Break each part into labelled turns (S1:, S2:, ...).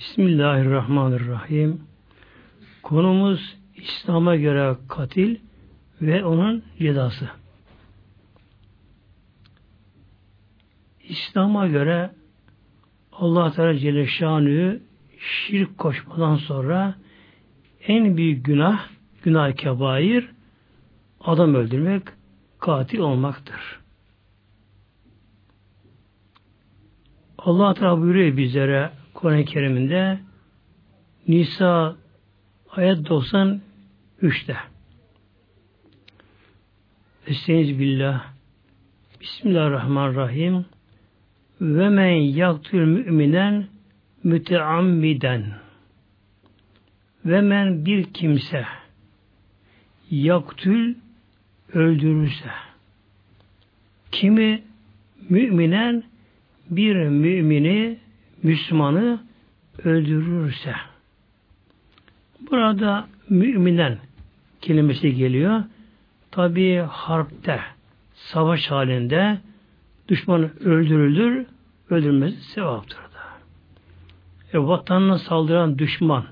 S1: Bismillahirrahmanirrahim. Konumuz İslam'a göre katil ve onun cezası. İslam'a göre Allah Teala Celle Şanü'yü şirk koşmadan sonra en büyük günah kebair, adam öldürmek, katil olmaktır. Allah Teala buyuruyor bizlere Kur'an-ı Kerim'inde Nisa ayet 93'te. Estaizu billah. Bismillahirrahmanirrahim. Ve men yaktül müminen müteammiden. Ve men bir kimse yaktül öldürürse. Kimi müminen bir mümini, Müslümanı öldürürse. Burada müminen kelimesi geliyor. Tabi harpte, savaş halinde düşman öldürülür, öldürmesi sevaptır da. Vatanına saldıran düşman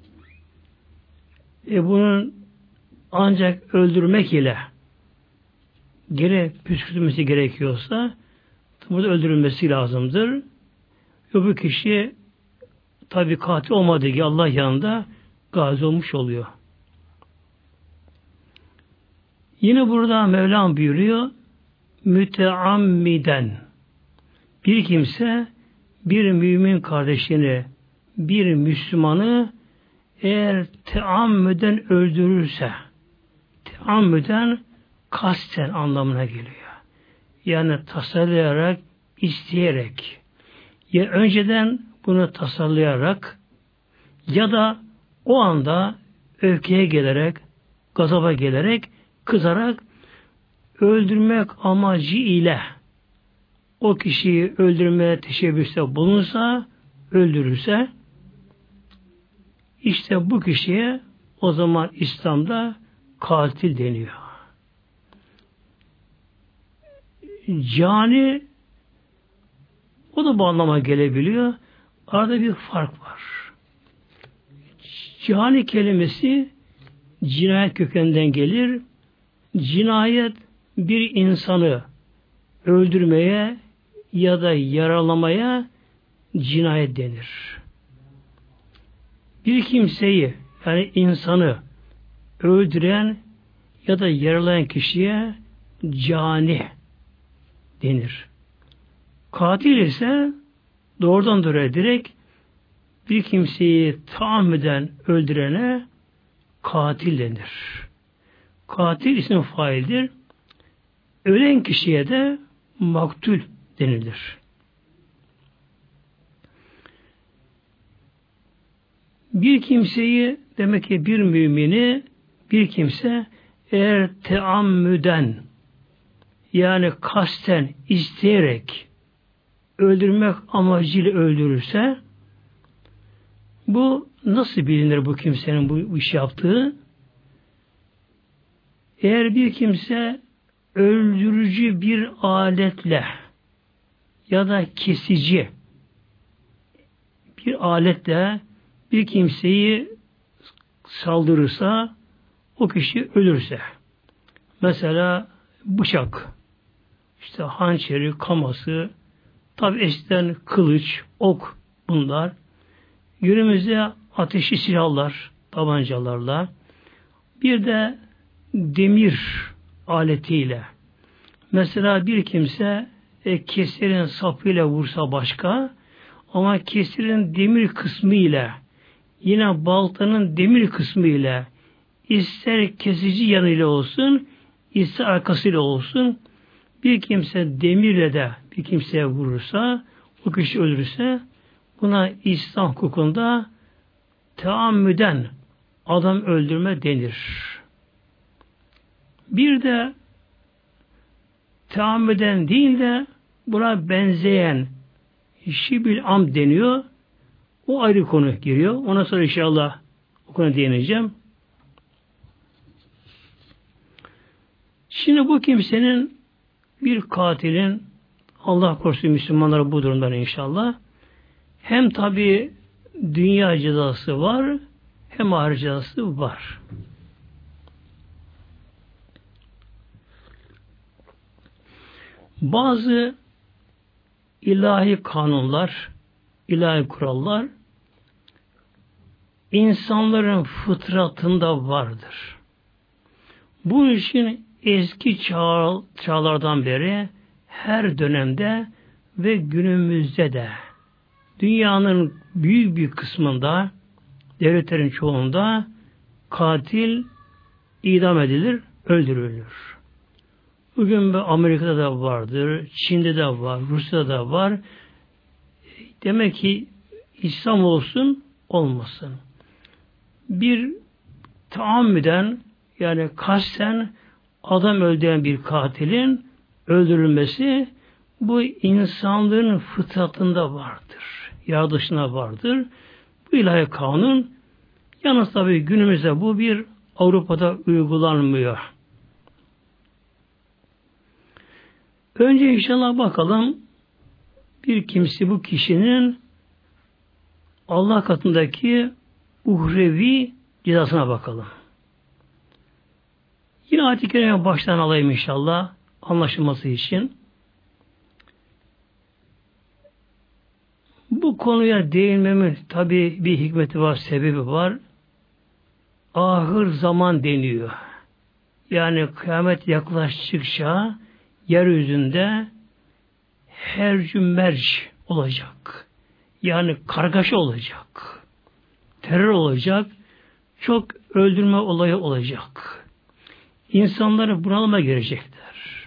S1: bunun ancak öldürmek ile geri püskürtülmesi gerekiyorsa burada öldürülmesi lazımdır. Bu kişi tabi katil olmadığı gibi Allah yanında gazi olmuş oluyor. Yine burada Mevlam buyuruyor müteammiden, bir kimse bir mümin kardeşini, bir Müslümanı eğer teammüden öldürürse, teammüden kasten anlamına geliyor. Yani tasarlayarak, isteyerek, ya önceden bunu tasarlayarak ya da o anda öfkeye gelerek, gazaba gelerek, kızarak öldürmek amacı ile o kişiyi öldürmeye teşebbüste bulunsa, öldürürse, işte bu kişiye o zaman İslam'da katil deniyor. Cani o da bu anlama gelebiliyor. Arada bir fark var. Cani kelimesi cinayet kökeninden gelir. Cinayet bir insanı öldürmeye ya da yaralamaya cinayet denir. Bir kimseyi, yani insanı öldüren ya da yaralayan kişiye cani denir. Katil ise doğrudan doğruya direkt bir kimseyi tahammüden öldürene katil denir. Katil isim faildir. Ölen kişiye de maktul denilir. Bir kimseyi, demek ki bir mümini bir kimse eğer teammüden, yani kasten, isteyerek öldürmek amacıyla öldürürse, bu nasıl bilinir bu kimsenin bu iş yaptığı? Eğer bir kimse öldürücü bir aletle ya da kesici bir aletle bir kimseyi saldırırsa, o kişi ölürse, mesela bıçak, işte hançeri, kaması, tabi eskiden kılıç, ok, bunlar. Günümüzde ateşli silahlar, tabancalarla, bir de demir aletiyle. Mesela bir kimse kesirin sapıyla vursa başka, ama kesirin demir kısmı ile, yine baltanın demir kısmı ile, ister kesici yanıyla olsun, ister arkasıyla olsun, bir kimse demirle de bir kimseye vurursa, o kişi ölürse, buna İslam hukukunda teammüden adam öldürme denir. Bir de teammüden değil de buna benzeyen şibil am deniyor. O ayrı konu giriyor. Ona sonra inşallah o konuya değineceğim. Şimdi bu kimsenin, bir katilin, Allah korusun Müslümanlara bu durumdan inşallah, hem tabi dünya cezası var, hem ahiret cezası var. Bazı ilahi kanunlar, ilahi kurallar insanların fıtratında vardır. Bu için eski çağlardan beri her dönemde ve günümüzde de dünyanın büyük bir kısmında, devletlerin çoğunda katil idam edilir, öldürülür. Bugün Amerika'da da vardır, Çin'de de var, Rusya'da da var. Demek ki İslam olsun, olmasın. Bir taammüden, yani kasten adam öldüren bir katilin öldürülmesi bu insanlığın fıtratında vardır. Yaratılışına vardır. Bu ilahi kanun yalnız tabi günümüzde bu bir Avrupa'da uygulanmıyor. Önce inşallah bakalım bir kimse bu kişinin Allah katındaki uhrevi cezasına bakalım. Yine ayet-i kerime baştan alayım inşallah anlaşılması için. Bu konuya değinmemin tabi bir hikmeti var, sebebi var. Ahir zaman deniyor. Yani kıyamet yaklaştıkça yeryüzünde hercü merc olacak. Yani kargaşa olacak. Terör olacak. Çok öldürme olayı olacak. İnsanları bunalıma girecekler.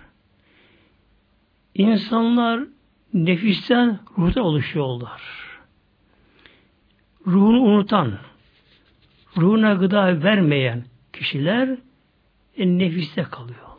S1: İnsanlar nefisten ruhtan oluşuyorlar. Ruhunu unutan, ruhuna gıda vermeyen kişiler nefiste kalıyorlar.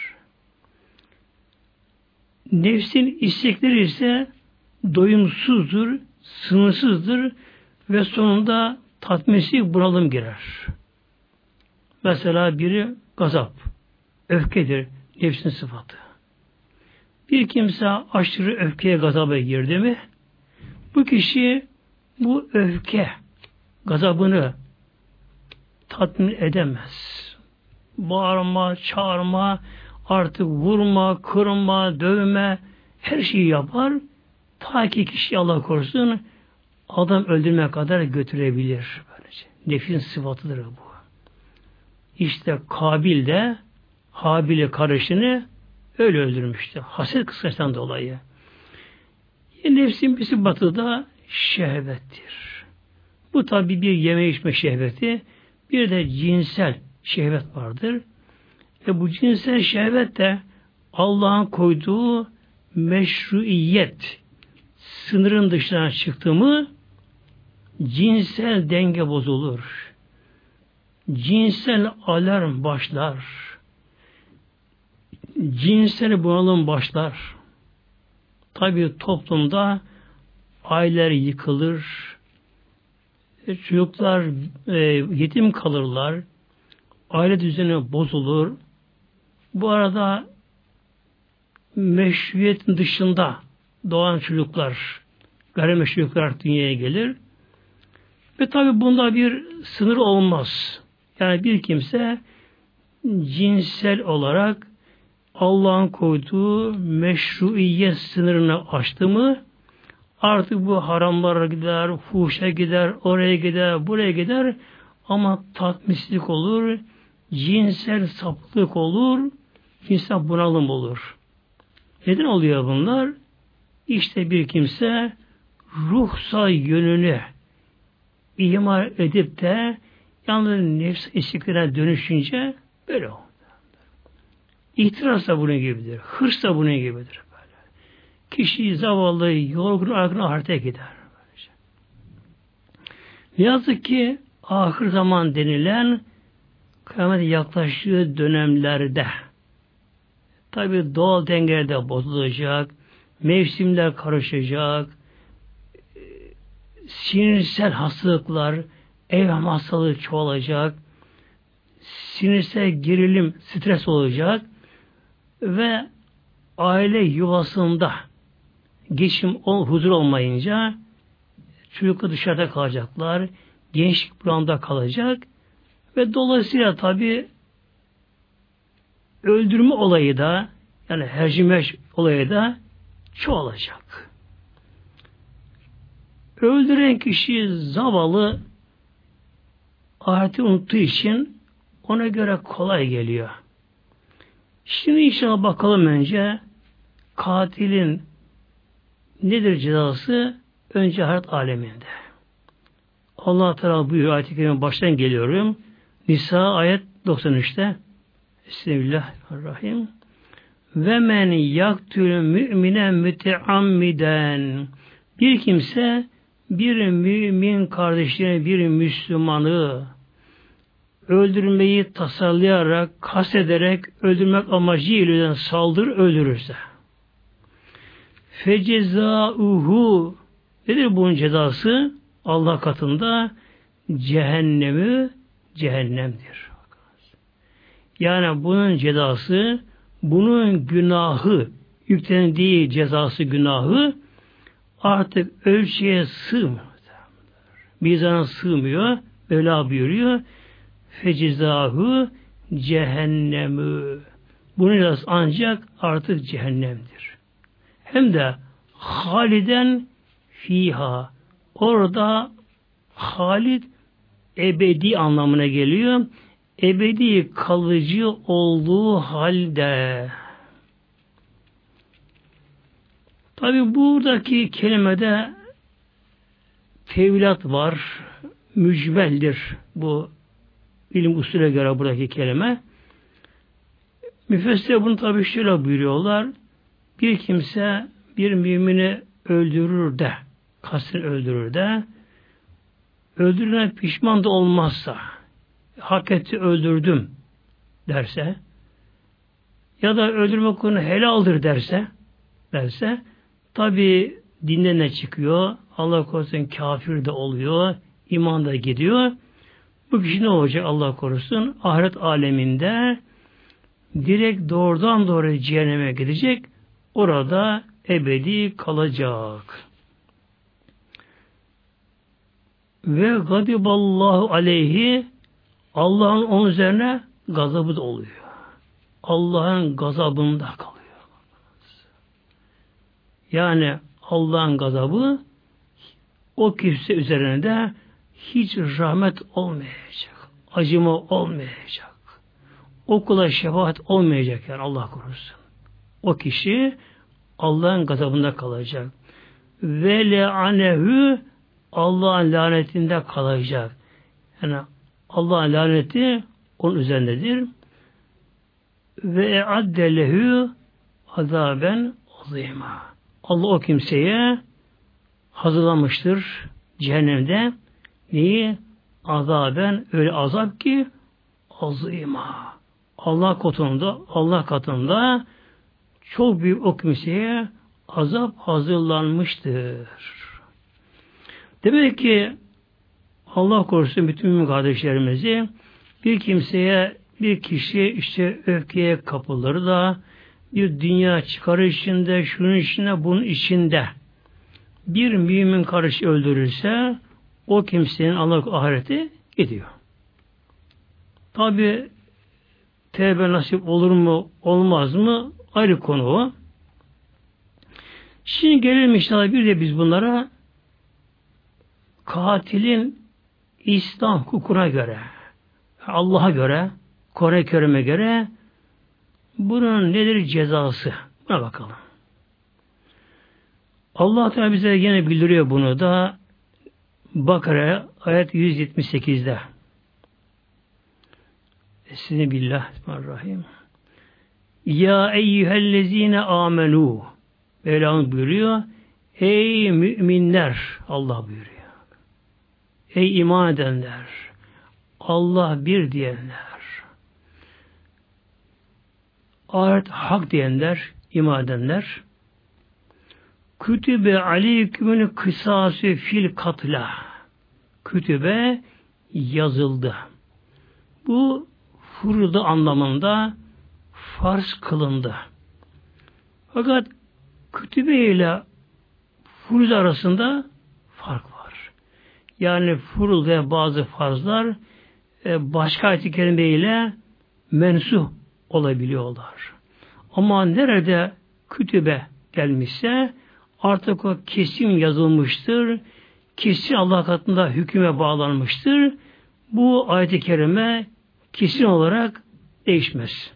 S1: Nefsin istekleri ise doyumsuzdur, sınırsızdır ve sonunda tatminsiz bunalım girer. Mesela biri gazap, öfkedir nefsin sıfatı. Bir kimse aşırı öfkeye, gazaba girdi mi, bu kişi bu öfke, gazabını tatmin edemez. Bağırma, çağırma, artık vurma, kırma, dövme, her şeyi yapar. Ta ki kişi Allah korusun adam öldürmeye kadar götürebilir. Böylece. Nefsin sıfatıdır bu. İşte Kabil de Habil'e kardeşini öyle öldürmüştü. Haset kıskançtan dolayı. Nefsin bir sıfatı da şehvettir. Bu tabi bir yeme içme şehveti, bir de cinsel şehvet vardır. Bu cinsel şehvet de Allah'ın koyduğu meşruiyet sınırın dışına çıktı mı cinsel denge bozulur. Cinsel alarm başlar. Cinsel bunalım başlar. Tabi toplumda aileler yıkılır. Çocuklar yetim kalırlar. Aile düzeni bozulur. Bu arada meşruiyetin dışında doğan çocuklar, gayrimeşru çocuklar dünyaya gelir. Ve tabi bunda bir sınır olmaz. Yani bir kimse cinsel olarak Allah'ın koyduğu meşruiyet sınırını aştı mı artık bu haramlara gider, fuhuşa gider, oraya gider, buraya gider ama tatminsizlik olur, cinsel sapıklık olur, cinsel bunalım olur. Neden oluyor bunlar? İşte bir kimse ruhsal yönünü ihmal edip de yalnız nefs istiklerine dönüşünce böyle olur. İhtiras da bunun gibidir. Hırs da bunun gibidir. Böyle. Kişi zavallı, yorgun, argın ahirete gider. Böylece. Ne yazık ki ahir zaman denilen kıyamet yaklaştığı dönemlerde tabi doğal dengeler de bozulacak, mevsimler karışacak, sinirsel hastalıklar, evham hastalığı çoğalacak, sinirsel gerilim, stres olacak ve aile yuvasında huzur olmayınca Çocuklar dışarıda kalacaklar. Gençlik buramda kalacak. Ve dolayısıyla tabi öldürme olayı da yani hercimeş olayı da çoğalacak. Öldüren kişi zavallı ahireti unuttuğu için ona göre kolay geliyor. Şimdi inşallah bakalım önce katilin nedir cezası? Önce ahiret aleminde. Allah Teala buyuruyor ayet-i kerimenin baştan geliyorum. Nisa ayet 93'te. Bismillahirrahmanirrahim. Ve men yaktül mü'minen müteammiden. Bir kimse bir mümin kardeşine bir Müslümanı öldürmeyi tasarlayarak, kastederek öldürmek amacıyla öldürürse. Fecezauhu nedir bunun cezası? Allah katında cehennemdir. Yani bunun cezası, bunun günahı, yüklendiği cezası günahı artık ölçüye sığmıyor. Mizana sığmıyor. Öyle buyuruyor. Fecizahu cehennemü. Bunun cezası ancak artık cehennemdir. Hem de haliden fiha. Orada halid ebedi anlamına geliyor. Ebedi kalıcı olduğu halde. Tabi buradaki kelimede tevilat var. Mücmeldir. Bu ilim usulüne göre buradaki kelime. Müfessir bunu tabi şöyle buyuruyorlar. Bir kimse bir mümini öldürür de, kasten öldürür de, öldürülen pişman da olmazsa, hak etti öldürdüm derse, ya da öldürme konu helaldir derse, tabi dinden ne çıkıyor? Allah korusun kafir de oluyor, iman da gidiyor. Bu kişi ne olacak Allah korusun? Ahiret aleminde direkt doğrudan doğruya cehenneme gidecek. Orada ebedi kalacak. Ve gadiballahu aleyhi Allah'ın onun üzerine gazabı da oluyor. Allah'ın gazabında kalıyor. Yani Allah'ın gazabı o kimse üzerinde hiç rahmet olmayacak. Acıma olmayacak. O kula şefaat olmayacak yani Allah korusun. O kişi Allah'ın gazabında kalacak. Ve le'anehu Allah'ın lanetinde kalacak. Yani Allah'ın laneti onun üzerindedir. Ve e'addelehu azaben azîmâ. Allah o kimseye hazırlamıştır cehennemde neyi? Azaben öyle azap ki azîmâ. Allah katında çok büyük o kimseye azap hazırlanmıştır. Demek ki Allah korusun bütün mümin kardeşlerimizi bir kişi işte öfkeye kapılır da bir dünya çıkarı içinde, şunun içinde, bunun içinde bir mümin kardeş öldürürse o kimsenin Allah ahireti gidiyor. Tabi tevbe nasip olur mu, olmaz mı? Ayrı konu o. Şimdi gelelim inşallah bir de biz bunlara katilin İslam hukukuna göre, Allah'a göre, Kur'an-ı Kerim'e göre bunun nedir cezası? Buna bakalım. Allah Teala bize yine bildiriyor bunu da Bakara ayet 178'de. Bismillahirrahmanirrahim. Ya eyyühellezine amenu. Mevlam buyuruyor. Ey müminler Allah buyuruyor. Ey iman edenler. Allah bir diyenler. Ahiret hak diyenler, iman edenler. Kütübe aleykümün kısası fil katla. Kütübe yazıldı. Bu furda anlamında farz kılındı. Fakat kütübe ile furuz arasında fark var. Yani furul ve bazı farzlar başka ayet-i kerimeyle mensuh olabiliyorlar. Ama nerede kütübe gelmişse artık o kesin yazılmıştır. Kesin Allah katında hüküme bağlanmıştır. Bu ayet-i kerime kesin olarak değişmez.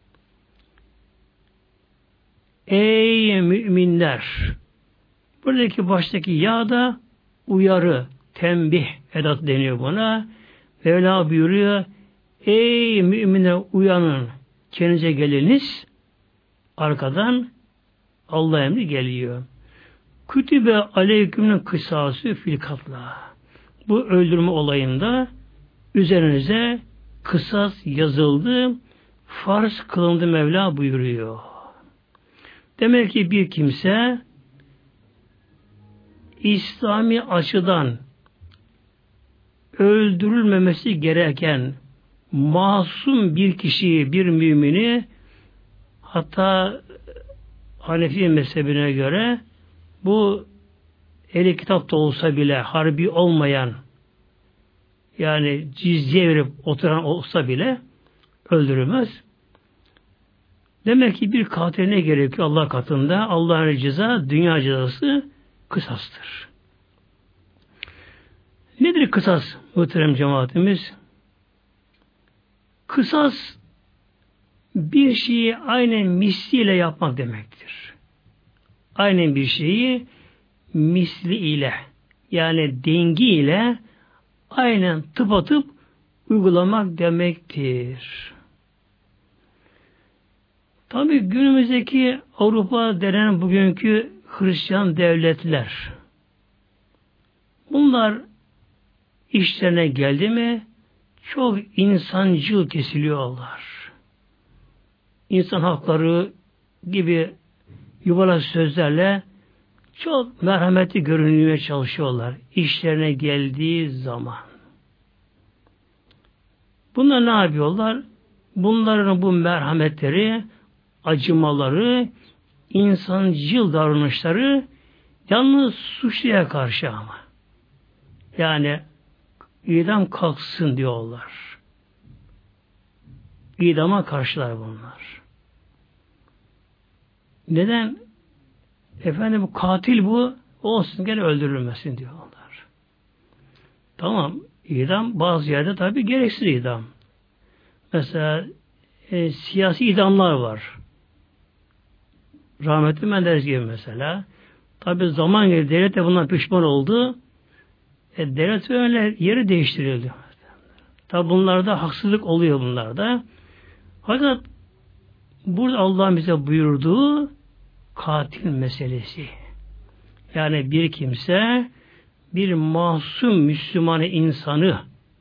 S1: Ey müminler! Buradaki baştaki ya da uyarı, tembih edat deniyor buna. Mevla buyuruyor, ey müminler uyanın, kendinize geliniz. Arkadan Allah emri geliyor. Kütübe aleykümün kısası fil katla. Bu öldürme olayında üzerinize kısas yazıldı, farz kılındı Mevla buyuruyor. Demek ki bir kimse İslami açıdan öldürülmemesi gereken masum bir kişiyi, bir mümini, hatta Hanefi mezhebine göre bu ehli kitapta olsa bile harbi olmayan, yani cizye verip oturan olsa bile öldürülmez. Demek ki bir katil ne gerekiyor Allah katında? Allah'ın ceza, dünya cezası kısastır. Nedir kısas muhterem cemaatimiz? Kısas bir şeyi aynen misliyle yapmak demektir. Aynen bir şeyi misli ile, yani dengi ile aynen tıpatıp uygulamak demektir. Tabi günümüzdeki Avrupa denen bugünkü Hristiyan devletler, bunlar işlerine geldi mi çok insancıl kesiliyorlar. İnsan hakları gibi yuvarlak sözlerle çok merhametli görünmeye çalışıyorlar. İşlerine geldiği zaman. Bunlar ne yapıyorlar? Bunların bu merhametleri, acımaları, insancıl davranışları yalnız suçluya karşı ama. Yani idam kalksın diyorlar. İdama karşılar bunlar. Neden? Efendim bu katil bu, olsun gene öldürülmesin diyorlar. Tamam, idam bazı yerde tabi gereksiz idam. Mesela siyasi idamlar var. Rahmetli Menderes gibi mesela. Tabi zaman geldi, devlet de bundan pişman oldu. Devlet öyle yeri değiştirildi. Tabi bunlarda haksızlık oluyor bunlarda. Fakat burada Allah'ın bize buyurduğu katil meselesi. Yani bir kimse bir masum Müslüman insanı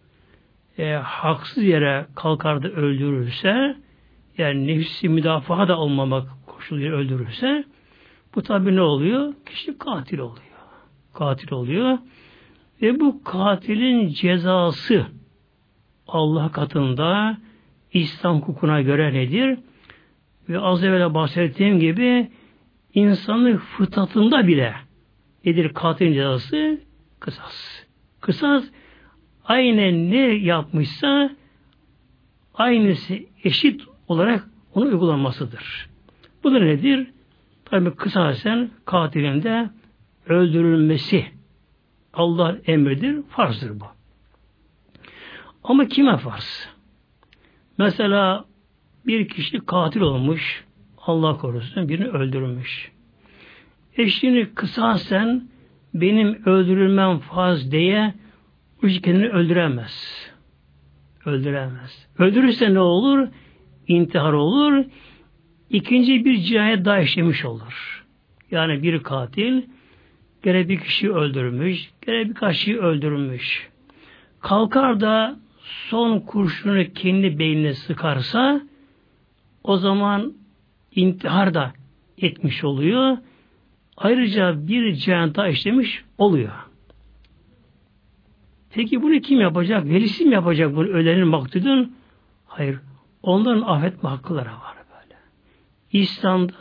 S1: haksız yere kalkar da öldürürse, yani nefsi müdafaa da olmamak koşuluyla öldürürse, bu tabi ne oluyor? Kişi katil oluyor. Katil oluyor. Ve bu katilin cezası Allah katında İslam hukukuna göre nedir? Ve az evvel bahsettiğim gibi insanın fıtratında bile nedir katilin cezası? Kısas. Kısas aynen ne yapmışsa aynısı eşit olarak onu uygulanmasıdır. Bu da nedir? Tabi kısasen katilin de öldürülmesi Allah'ın emridir, farzdır bu. Ama kime farz? Mesela bir kişi katil olmuş, Allah korusun birini öldürmüş. Şimdi kısasen benim öldürülmem farz diye bu kişi kendini öldüremez. Öldüremez. Öldürürse ne olur? İntihar olur. İkinci bir cinayet daha işlemiş olur. Yani bir katil gene bir kişiyi öldürmüş, gene birkaç kişiyi öldürmüş. Kalkar da son kurşunu kendi beynine sıkarsa o zaman intihar da etmiş oluyor. Ayrıca bir cinayet daha işlemiş oluyor. Peki bunu kim yapacak? Velisi mi yapacak bunu? Ölenin maktulün? Hayır. Onların affetme hakları var böyle. İslam'da,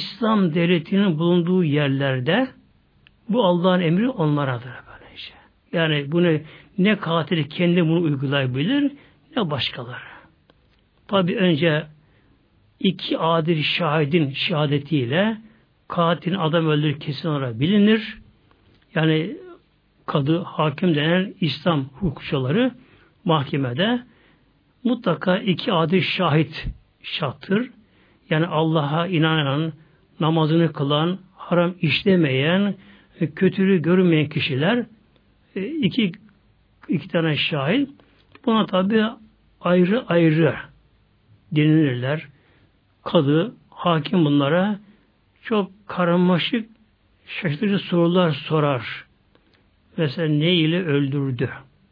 S1: İslam devletinin bulunduğu yerlerde bu Allah'ın emri onlaradır böylece. Yani bunu ne katili kendi bunu uygulayabilir ne başkaları. Tabi önce iki adil şahidin şehadetiyle katilin adam öldürür kesin olarak bilinir. Yani kadı, hakim denen İslam hukukçuları mahkemede mutlaka iki adil şahit şarttır. Yani Allah'a inanan, namazını kılan, haram işlemeyen, kötülüğü görmeyen kişiler iki tane şahit. Buna tabi ayrı ayrı dinlenirler. Kadı, hakim bunlara çok karmaşık, şaşırtıcı sorular sorar. Mesela ne ile öldürdü?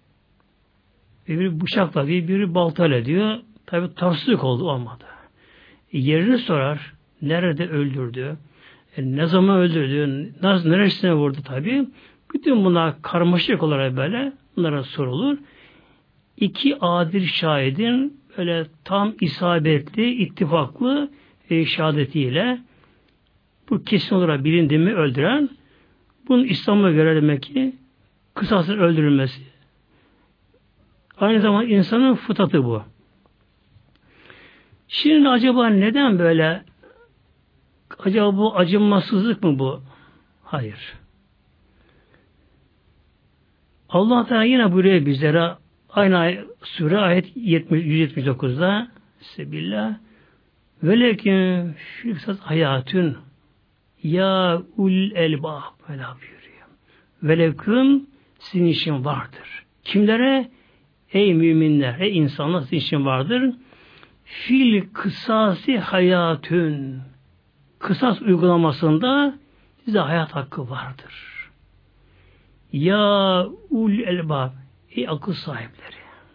S1: Biri bıçakla diyor, biri baltayla diyor. Tabi tarsızlık olmadı. Yerini sorar. Nerede öldürdü? Ne zaman öldürdü? Neresine vurdu tabi? Bütün bunlar karmaşık olarak böyle bunlara sorulur. İki adil şahidin öyle tam isabetli, ittifaklı şehadetiyle bu kesin olarak bilindi mi öldüren, bunun İslam'a göre demek ki kısasın öldürülmesi. Aynı zamanda insanın fıtratı bu. Şimdi acaba neden böyle? Acaba bu acımasızlık mı bu? Hayır. Allah Teala yine buyuruyor bizlere aynı sure ayet 179'da Sebillah velekin fiksat hayatün ya ul elbah böyle buyuruyor. Velekin sizin için vardır. Kimlere? Ey müminler, ey insanlar sizin için vardır. Fil kısasi hayatün. Kısas uygulamasında size hayat hakkı vardır. Ya ul elbab, ey akıl sahipleri.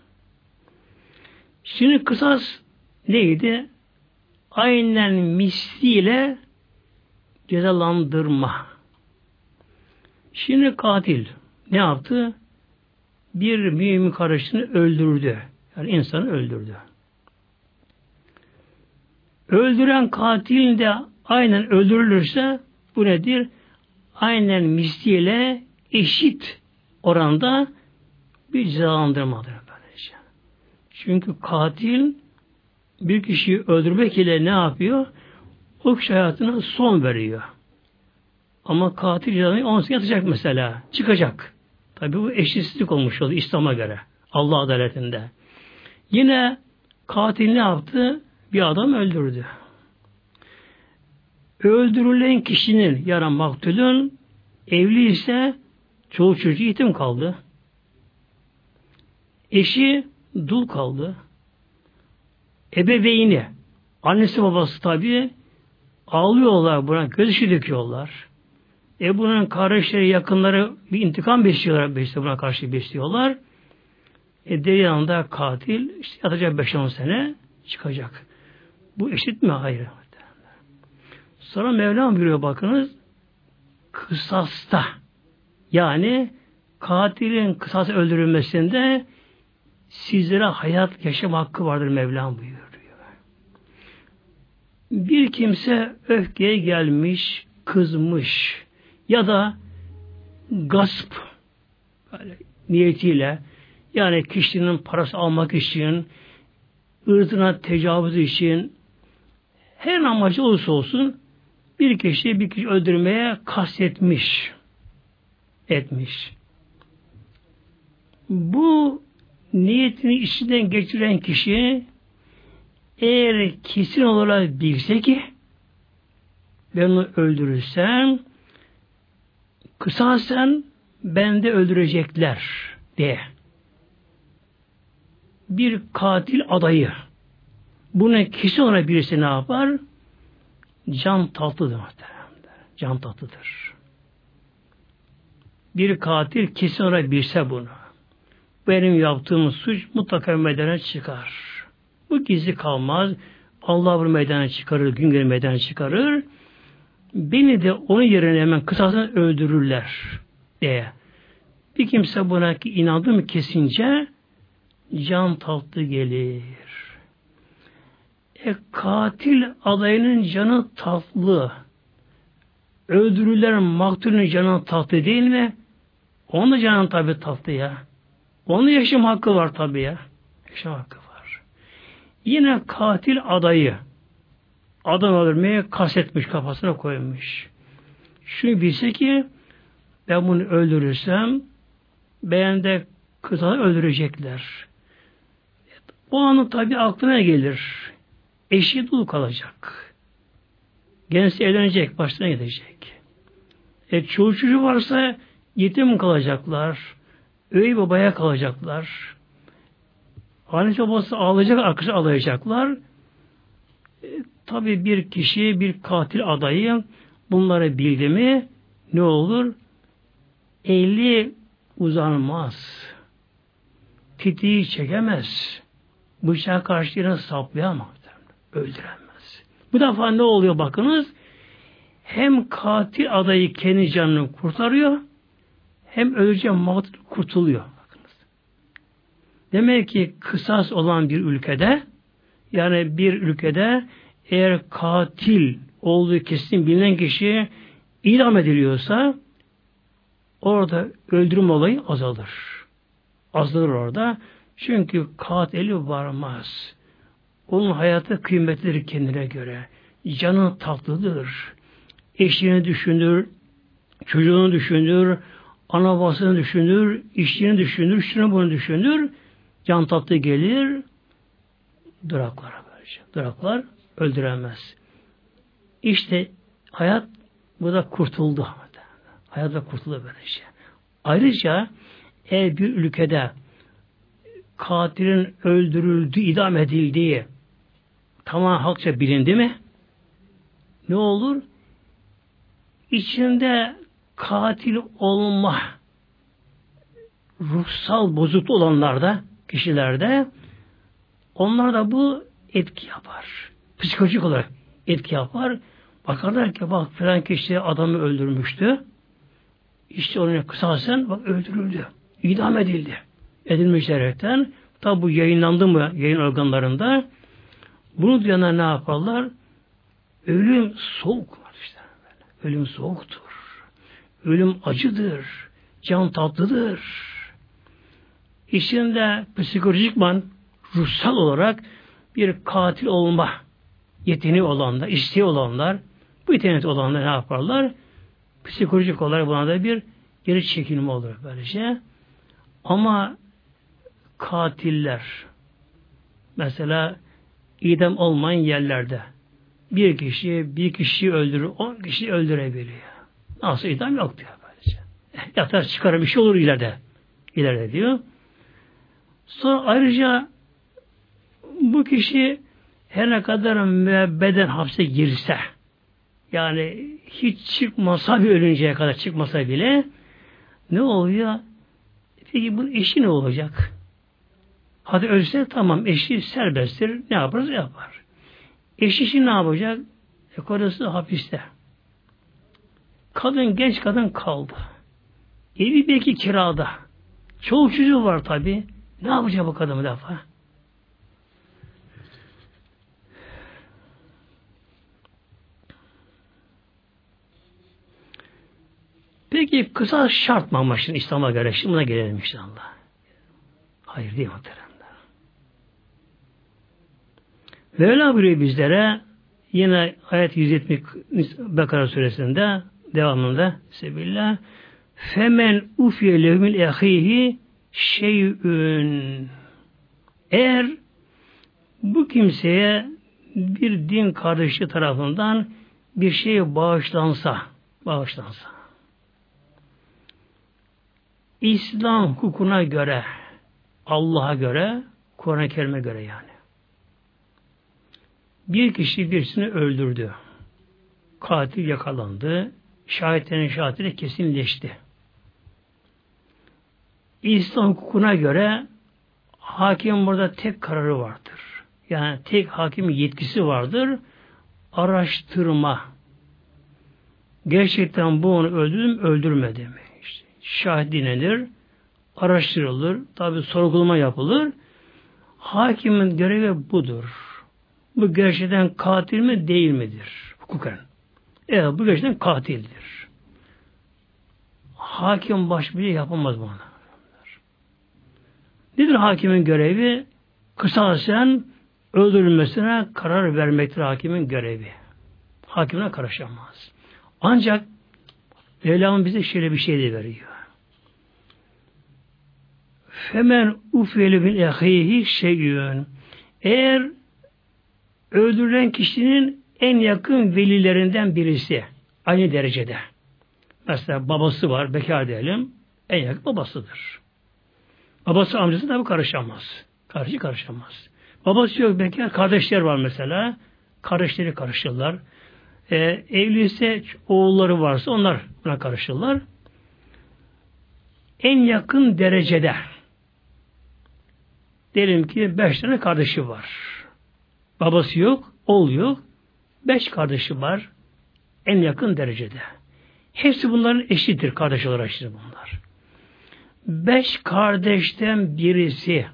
S1: Şimdi kısas neydi? Aynen misliyle cezalandırma. Şimdi katil ne yaptı? Bir mümin kardeşini öldürdü. Yani insanı öldürdü. Öldüren katil de aynen öldürülürse bu nedir? Aynen misliyle eşit oranda bir cezalandırmadır. Böylece. Çünkü katil bir kişiyi öldürmek ile ne yapıyor? O kişi hayatına son veriyor. Ama katil cezasını 10 sene yatacak mesela. Çıkacak. Tabi bu eşitsizlik olmuş oldu İslam'a göre. Allah adaletinde. Yine katil ne yaptı? Bir adam öldürdü. Öldürülen kişinin yani maktulün evli ise çoğu çocuğu yetim kaldı. Eşi dul kaldı. Ebeveyni, annesi babası tabi ağlıyorlar buna, gözyaşı döküyorlar. Bunun kardeşleri, yakınları bir intikam besliyorlar, buna karşı besliyorlar. Diğer yanında katil işte yatacak 5-10 sene çıkacak. Bu eşit mi? Hayır. Sonra Mevlam buyuruyor bakınız kısasta yani katilin kısas öldürülmesinde sizlere hayat yaşam hakkı vardır Mevlam buyuruyor. Bir kimse öfkeye gelmiş, kızmış ya da gasp böyle, niyetiyle yani kişinin parası almak için ırzına tecavüz için her amacı olursa olsun bir kişi öldürmeye kastetmiş etmiş. Bu niyetini içinden geçiren kişi eğer kesin olarak bilse ki ben onu öldürürsem kısasen beni de öldürecekler diye bir katil adayı bunu kesin olarak birisi ne yapar? Can tatlıdır muhtemelen. Can tatlıdır. Bir katil kesin olarak bilse bunu. Benim yaptığım suç mutlaka meydana çıkar. Bu gizli kalmaz. Allah bunu meydana çıkarır, gün gelir meydana çıkarır. Beni de onun yerine hemen kısasını öldürürler diye. Bir kimse buna inandı mı kesince can tatlı gelir. Katil adayının canı tatlı. Öldürülen maktulün canı tatlı değil mi? Onun da canın tabi tatlı ya. Onun yaşam hakkı var tabi ya. Yaşam hakkı var. Yine katil adayı adam öldürmeye kastetmiş, kafasına koymuş. Şunu bilse ki ben bunu öldürürsem ben de kızı öldürecekler. O anın tabi aklına gelir. Eşi dul kalacak. Kendisi evlenecek, başına gidecek. Çocuğu varsa yetim kalacaklar. Üvey babaya kalacaklar. Annesi babası ağlayacak, arkadaşı ağlayacaklar. Tabi bir kişi, bir katil adayı bunları bildi mi ne olur? Eli uzanmaz. Titiği çekemez. Bıçağa karşı yerine saplayamaz. Öldüremez. Bu defa ne oluyor bakınız? Hem katil adayı kendi canını kurtarıyor, hem öleceği mağdur kurtuluyor. Bakınız. Demek ki kısas olan bir ülkede, yani bir ülkede eğer katil olduğu kesin bilinen kişi idam ediliyorsa orada öldürüm olayı azalır. Azalır orada. Çünkü katili varmaz. Onun hayatı kıymetlidir kendine göre. Canı tatlıdır. Eşini düşünür, çocuğunu düşünür, ana babasını düşünür, işini düşünür, şunu bunu düşünür. Can tatlı gelir, duraklar böylece. Duraklar öldüremez. İşte hayat burada kurtuldu. Hayat da kurtuldu böylece. Ayrıca eğer bir ülkede katilin öldürüldüğü, idam edildiği tamamen halkça bilindi mi? Ne olur? İçinde katil olma ruhsal bozuklu olanlarda, kişilerde onlar da bu etki yapar. Psikolojik olarak etki yapar. Bakarlar ki bak falan kişi adamı öldürmüştü. İşte onun kısasen bak öldürüldü. İdam edildi. Edilmiş diyerekten. Tabi bu yayınlandı mı yayın organlarında? Bunu duyanlar ne yaparlar? Ölüm soğuk var işte. Ölüm soğuktur. Ölüm acıdır. Can tatlıdır. İçinde psikolojikman, ruhsal olarak bir katil olma yeteneği olanlar, isteği olanlar, bu yeteneği olanlar ne yaparlar? Psikolojik olarak buna da bir geri çekilme olur böylece. Ama katiller mesela idam olmayan yerlerde bir kişiyi öldürür, 10 kişiyi öldürebiliyor. Nasıl idam yok diyor böylece. Yatar çıkarır bir şey olur ileride. İleride diyor. Sonra ayrıca bu kişi her ne kadar müebbeden hapse girse yani hiç çıkmasa bir ölünceye kadar çıkmasa bile ne oluyor? Peki bu eşi ne olacak? Hadi ölse tamam eşi serbesttir. Ne yaparız yapar. Eşi şimdi ne yapacak? Karısı hapiste. Genç kadın kaldı. Evi belki kirada. Çoğu çocuğu var tabi. Ne yapacak bu kadın bir defa? Peki kısa şart mı ama şimdi İslam'a göre? Şimdi buna gelelim inşallah. Hayır değil muhteremler. Mevla buyuruyor bizlere yine ayet 170 Bekara suresinde devamında Sebillah Femen ufiye lehumil ehihi şeyün eğer bu kimseye bir din kardeşi tarafından bir şey bağışlansa İslam hukukuna göre Allah'a göre Kur'an-ı Kerim'e göre yani bir kişi birisini öldürdü. Katil yakalandı. Şahitlerin şahitleri kesinleşti. İslam hukukuna göre hakim burada tek kararı vardır. Yani tek hakimin yetkisi vardır. Araştırma. Gerçekten bu onu öldürdü mü, öldürmedi mi? İşte şahit dinlenir, araştırılır, tabi sorgulama yapılır. Hakimin görevi budur. Bu gerçekten katil mi değil midir? Hukuken. Evet bu gerçekten katildir. hakim baş bile yapamaz bunu. Nedir hakimin görevi? Kısasen öldürülmesine karar vermektir hakimin görevi. Hakimine karışamaz. Ancak Mevlam bize şöyle bir şey de veriyor. Femen ufeli bin ehihi şeyün. Eğer öldürülen kişinin en yakın velilerinden birisi aynı derecede. Mesela babası var, bekar diyelim. En yakın babasıdır. Babası amcası tabi karışamaz. Karışamaz. Babası yok bekar, kardeşler var mesela. Kardeşleri karışırlar. Evli ise oğulları varsa onlar buna karışırlar. En yakın derecede diyelim ki 5 tane kardeşi var. Babası yok, oğlu yok. 5 kardeşi var. En yakın derecede. Hepsi bunların eşidir. Kardeş olarak eşidir bunlar. 5 kardeşten birisi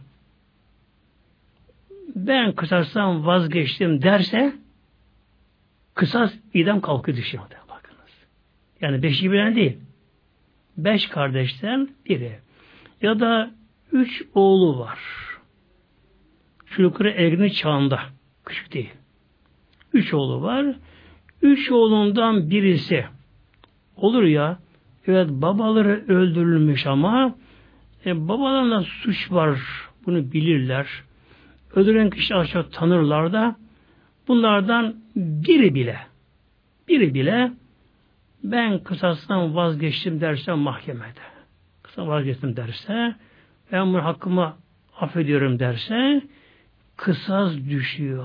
S1: ben kısastan vazgeçtim derse kısas idam kalkı düşüyor. Bakınız. Yani 5'i bilen değil. 5 kardeşten biri. Ya da 3 oğlu var. Çocukları ergenlik çağında. Küçük değil. 3 oğlu var. 3 oğlundan birisi olur ya, evet babaları öldürülmüş ama babalarında suç var. Bunu bilirler. Öldüren kişi aşağı tanırlar da bunlardan biri bile ben kısastan vazgeçtim derse mahkemede. Kısastan vazgeçtim derse ben bunu hakkımı affediyorum derse kısas düşüyor.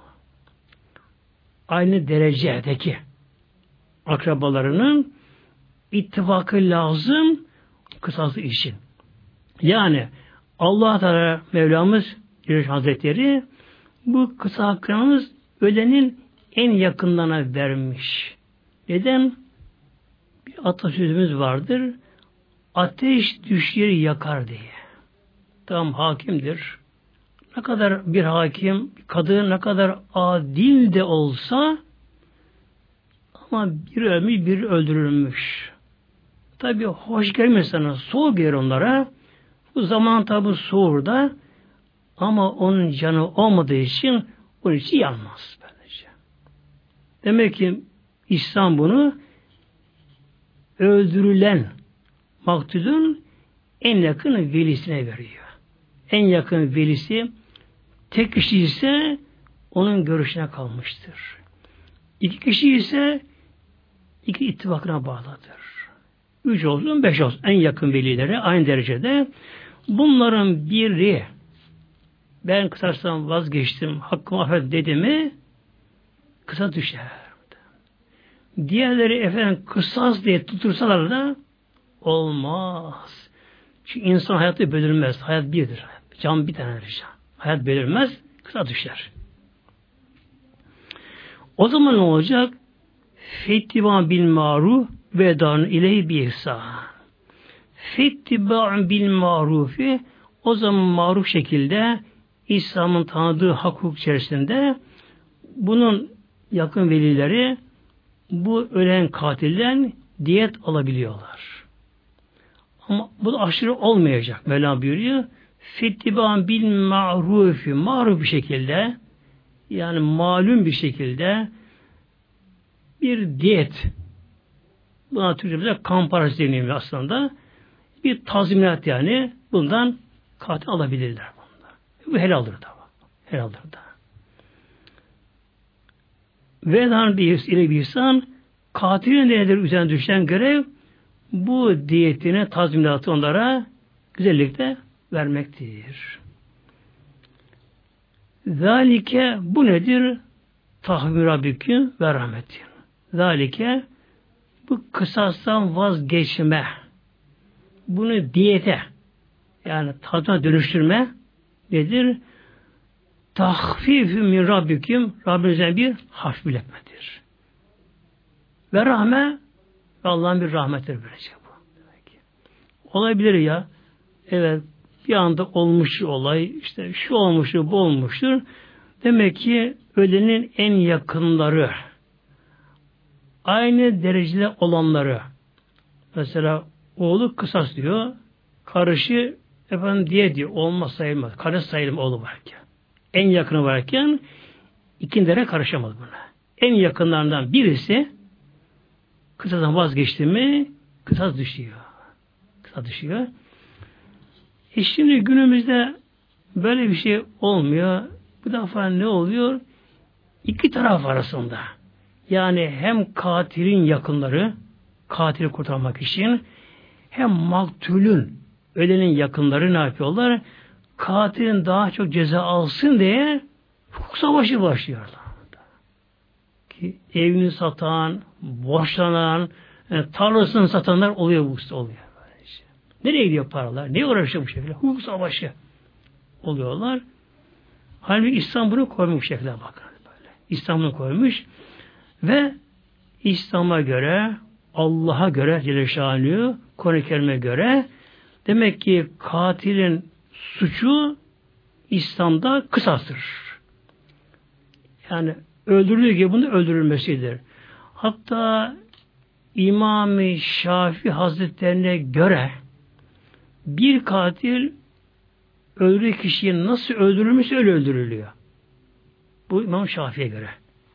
S1: Aynı derecedeki akrabalarının ittifakı lazım kısası için. Yani Allah Teala Mevlamız Hazretleri bu kısa hakkımız ölenin en yakınlarına vermiş. Neden? Bir atasözümüz vardır. Ateş düşleri yakar diye. Tam hakimdir. Ne kadar bir hakim, kadın ne kadar adil de olsa ama biri ölmüş, biri öldürülmüş. Tabi hoş gelmez sana. Soğuk yer onlara. Bu zaman tabi soğur da ama onun canı olmadığı için onun için yanmaz. Böylece. Demek ki İslam bunu öldürülen maktulün en yakın velisine veriyor. En yakın velisi tek kişi ise onun görüşüne kalmıştır. 2 kişi ise 2 ittifakına bağlıdır. 3 olsun 5 olsun en yakın velileri aynı derecede. Bunların biri ben kısastan vazgeçtim, hakkımı affet dedi mi kısa düşer. Diğerleri efendim kısas diye tutursalar da olmaz. Çünkü insan hayatı bölünmez. Hayat birdir. Can bir tanedir. Hayat bölünmez, kısa düşer. O zaman ne olacak? Fettiba bil maruf ve dan ileyhi bi ihsan. Fettiba bil marufi o zaman maruf şekilde İslam'ın tanıdığı hak hukuk içerisinde bunun yakın velileri bu ölen katilden diyet alabiliyorlar. Ama bu da aşırı olmayacak. Mevla buyuruyor. Fettiban bil ma'rufi maruf bir şekilde yani malum bir şekilde bir diyet buna Türkçe'de kan parası deniyor aslında. Bir tazminat yani bundan katil alabilirler. Bu helaldir da. Helaldir da. Vedan ile bir insan katilin nedir üzerine düşen görev bu diyetine tazminatı onlara güzellikle vermektir. Zalike bu nedir? Tahvim Rabbiküm ve rahmetin. Zalike bu kısastan vazgeçme. Bunu diyete yani tadına dönüştürme nedir? Tahfifü min Rabbiküm Rabbinizden bir hafifletmedir. Ve rahme Allah'ın bir rahmetidir böylece bu. Olabilir ya. Evet bir anda olmuş olay işte şu olmuştur bu olmuştur. Demek ki ölenin en yakınları aynı derecede olanları mesela Oğlu kısas diyor. Karışı efendim diye diyor. Olmaz sayılmaz. Karısı sayılmaz oğlu varken. En yakını varken ikindere karışamaz buna. En yakınlarından birisi kısasdan vazgeçti mi kısas düşüyor. Kısas düşüyor. Şimdi günümüzde böyle bir şey olmuyor. Bu defa ne oluyor? İki taraf arasında. Yani hem katilin yakınları katili kurtarmak için hem maktulün ölenin yakınları ne yapıyorlar? Katilin daha çok ceza alsın diye hukuk savaşı başlıyorlar. Ki evini satan, borçlanan, tarlasını satanlar oluyor bu usta oluyor. Böylece. Nereye gidiyor paralar? Neye uğraşıyor bu şekilde? Hukuk savaşı oluyorlar. Halbuki İslam bunu koymuş bu şekilde bakın. Böyle. İslam bunu koymuş ve İslam'a göre, Allah'a göre Celle Şanlı'yı Kur'an-ı Kerim'e göre demek ki katilin suçu İslam'da kısastır. Yani öldürdüğü gibi bunu öldürülmesidir. Hatta İmam-ı Şafii Hazretlerine göre bir katil öldürdüğü kişiyi nasıl öldürülmüşse öyle öldürülüyor. Bu İmam Şafii'ye göre.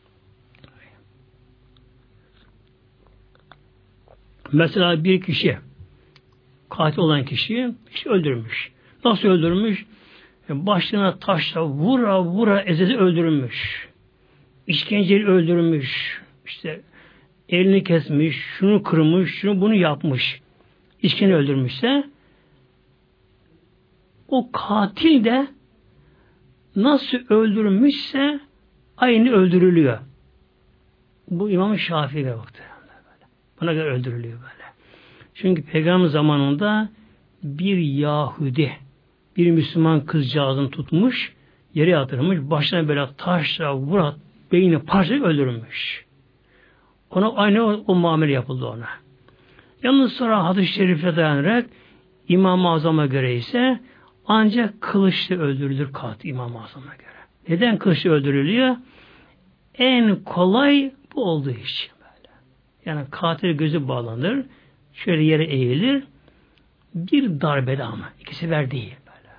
S1: Mesela bir kişi katil olan kişiyi öldürmüş. Nasıl öldürmüş? Başına taşla vura vura ezeli öldürülmüş. İşkenceyle öldürülmüş. İşte elini kesmiş, şunu kırmış, şunu bunu yapmış. İşkence öldürmüşse o katil de nasıl öldürülmüşse aynı öldürülüyor. Bu İmam-ı Şafii'ye baktı. Buna göre öldürülüyor böyle. Çünkü Peygamber zamanında bir Yahudi bir Müslüman kızcağızını tutmuş, yere yatırmış, başına böyle taşla vurat, beyni parçalayıp öldürülmüş. Ona aynı o muamele yapıldı ona. Yalnız sonra hadis-i şerifle dayanarak İmam-ı Azam'a göre ise ancak kılıçla öldürülür katil İmam-ı Azam'a göre. Neden kılıçla öldürülüyor? En kolay bu olduğu için böyle. Yani katil gözü bağlanır, şöyle yere eğilir, bir darbede ama iki sefer değil böyle.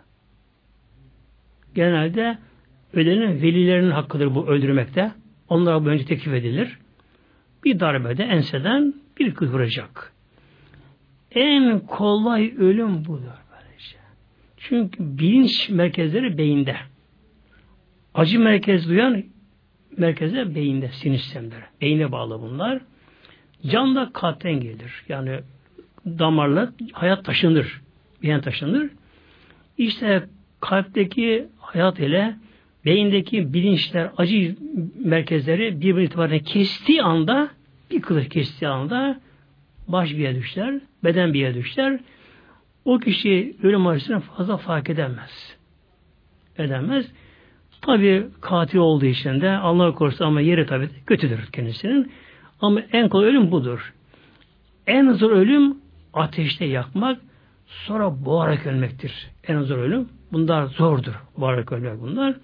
S1: Genelde ölenin velilerinin hakkıdır bu öldürmekte. Onlara bu önce teklif edilir. Bir darbede enseden bir kız vuracak. En kolay ölüm budur böylece. Çünkü bilinç merkezleri beyinde. Acı merkez duyan merkezler beyinde, sinir sistemleri. Beyine bağlı bunlar. Can da kalpten gelir. Yani damarla hayat taşınır. Beyin taşınır. İşte kalpteki hayat ile beyindeki bilinçler, acı merkezleri birbirine itibaren kestiği anda, bir kılıç kestiği anda baş bir yere düşer, beden bir yere düşer. O kişi ölüm acısını fazla fark edemez. Edemez. Tabi katil olduğu için de Allah korusun ama yeri tabi kötüdür kendisinin. Ama en kolay ölüm budur. En zor ölüm ateşte yakmak, sonra boğarak ölmektir. En zor ölüm. Bunlar zordur. Boğarak ölmek bunlar.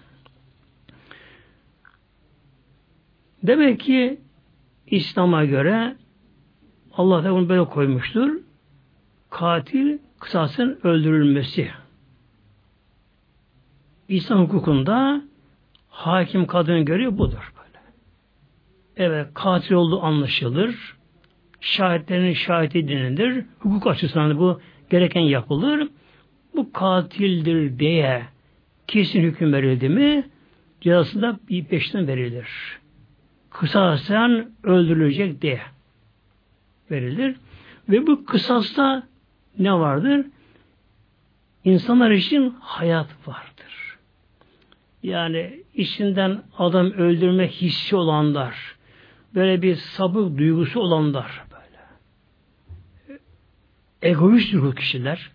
S1: Demek ki İslam'a göre Allah da bunu böyle koymuştur. Katil kısasın öldürülmesi. İslam hukukunda hakim kadının görevi budur böyle. Evet, katil olduğu anlaşılır. Şahitlerin şahidi dinlenir. Hukuk açısından bu gereken yapılır. Bu katildir diye kesin hüküm verildi mi cezası da bir peşten verilir. Kısasen öldürülecek diye verilir. Ve bu kısasta ne vardır? İnsanlar için hayat vardır. Yani içinden adam öldürme hissi olanlar, böyle bir sabır duygusu olanlar, böyle egoist ruhlu kişiler,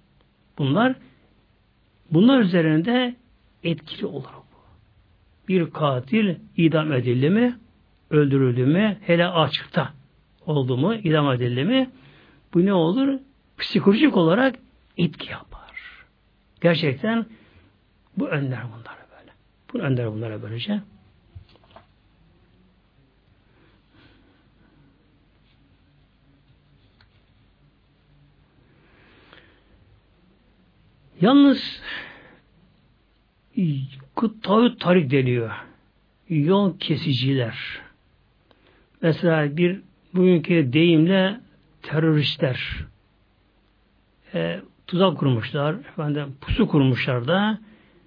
S1: bunlar üzerinde etkili olur bu. Bir katil idam edildi mi, öldürüldü mü, hele açıkta oldu mu, idam edildi mi, bu ne olur? Psikolojik olarak etki yapar. Gerçekten bu önler bunlara böyle. Bu önler bunlara böylece. Yalnız Tağut Tarik deniyor. Yol kesiciler. Mesela bir bugünkü deyimle teröristler tuzak kurmuşlar, efendim, pusu kurmuşlar da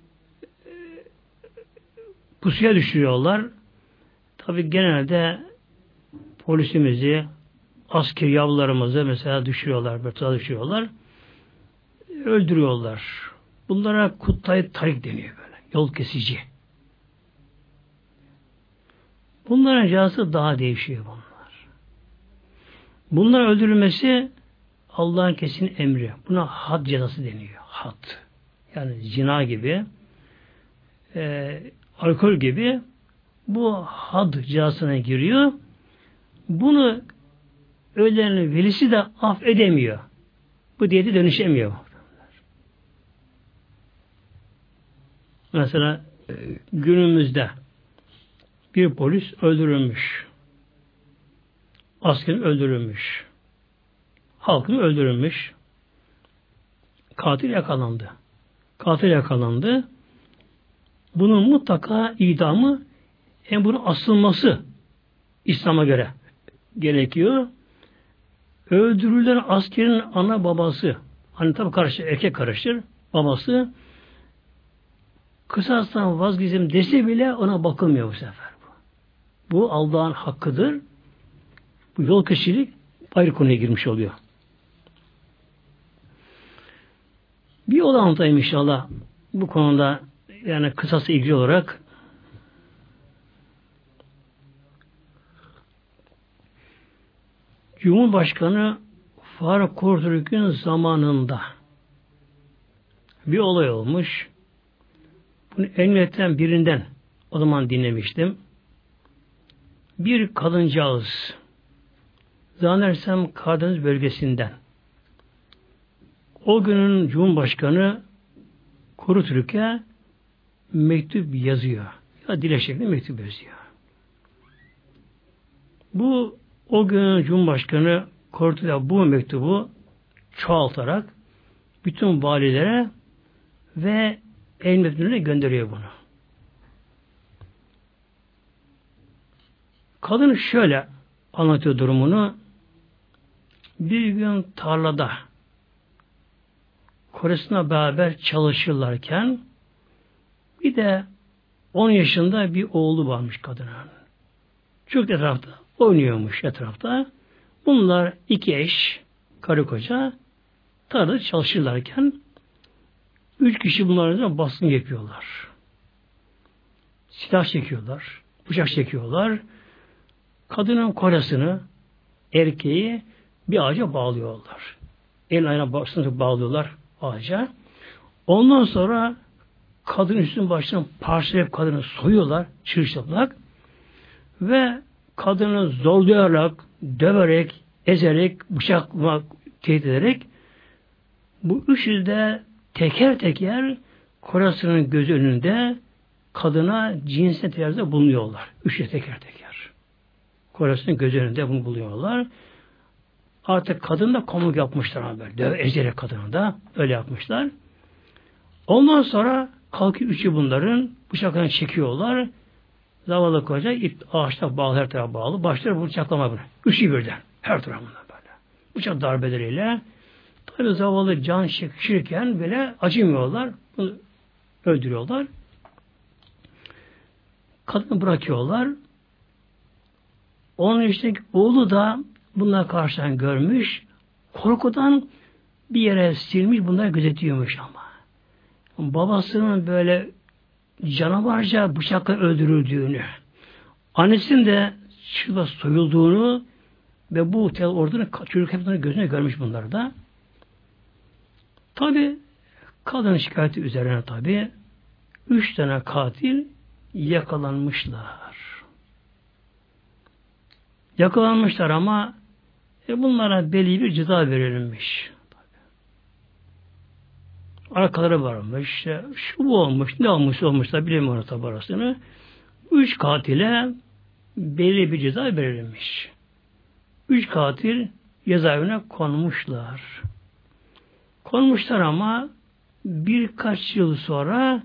S1: pusuya düşürüyorlar. Tabi genelde polisimizi, asker yavrularımızı mesela düşürüyorlar, bir tuzağa düşürüyorlar. Öldürüyorlar. Bunlara Kuttay Tarik deniyor böyle. Yol kesici. Bunların cezası daha değişiyor bunlar. Bunlar öldürülmesi Allah'ın kesin emri. Buna had cezası deniyor. Had. Yani zina gibi, alkol gibi bu had cezasına giriyor. Bunu ölenlerin velisi de affedemiyor. Bu diyete dönüşemiyor. Mesela günümüzde bir polis öldürülmüş. Asker öldürülmüş. Halkın öldürülmüş. Katil yakalandı. Katil yakalandı. Bunun mutlaka idamı hem bunun asılması İslam'a göre gerekiyor. Öldürülen askerin ana babası, hani tabi karışır, erkek karışır, babası kısastan vazgeçelim dese bile ona bakılmıyor bu sefer. Bu Allah'ın hakkıdır. Bu yol kişilik ayrı konuya girmiş oluyor. Bir olay anlatayım inşallah bu konuda, yani kısası ilgili olarak. Cumhurbaşkanı Faruk Kurtürk'ün zamanında bir olay olmuş. Bunu emniyetten birinden o zaman dinlemiştim. Bir kadıncağız, zannedersem Karadeniz bölgesinden, o günün Cumhurbaşkanı Kurtürk'e mektup yazıyor. Ya dile şeklinde mektup yazıyor. Bu o günün Cumhurbaşkanı Kurtürk'e bu mektubu çoğaltarak bütün valilere ve emniyetlerine gönderiyor bunu. Kadın şöyle anlatıyor durumunu. Bir gün tarlada kocasıyla beraber çalışırlarken bir de 10 yaşında bir oğlu varmış kadının. Çok etrafta oynuyormuş etrafta. Bunlar iki eş, karı koca tarlada çalışırlarken 3 kişi bunların baskın yapıyorlar. Silah çekiyorlar, bıçak çekiyorlar. Kadının kocasını, erkeği bir ağaca bağlıyorlar. El ayağına bağlıyorlar ağaca. Ondan sonra kadın üstün başını parçalayıp kadını soyuyorlar, çırçıplak ve kadını zorlayarak, döverek, ezerek, bıçakla tehdit ederek bu üçü de teker teker kocasının göz önünde kadına cinsel tecavüzde bulunuyorlar. Üçü teker teker. Kocasının göz önünde bunu buluyorlar. Artık kadın da komik yapmışlar haber. Ezerek kadını da öyle yapmışlar. Ondan sonra kalkıp üçü bunların bıçaklarını çekiyorlar. Zavallı koca ağaçta bağlı, her tarafa bağlı. Başlar bıçaklama bunu. Üçü birden. Her tarafında böyle. Bıçak darbeleriyle. Tabi zavallı can çekişirken böyle acımıyorlar. Bunu öldürüyorlar. Kadını bırakıyorlar. Onun işte oğlu da bunlar karşıdan görmüş. Korkudan bir yere silmiş, bunları gözetiyormuş ama. Babasının böyle canavarca bıçakla öldürüldüğünü, annesinin de şurada soyulduğunu ve bu ordunun çocuk hepsinin gözüne görmüş bunları da. Tabi kadın şikayeti üzerine tabi 3 tane katil yakalanmışlar. Yakalanmışlar ama bunlara belli bir ceza verilmiş. Arkaları varmış. İşte, şu bu olmuş, ne olmuş da bilemiyorum tabi arasını. 3 katile belli bir ceza verilmiş. 3 katil cezaevine konmuşlar. Konmuşlar ama birkaç yıl sonra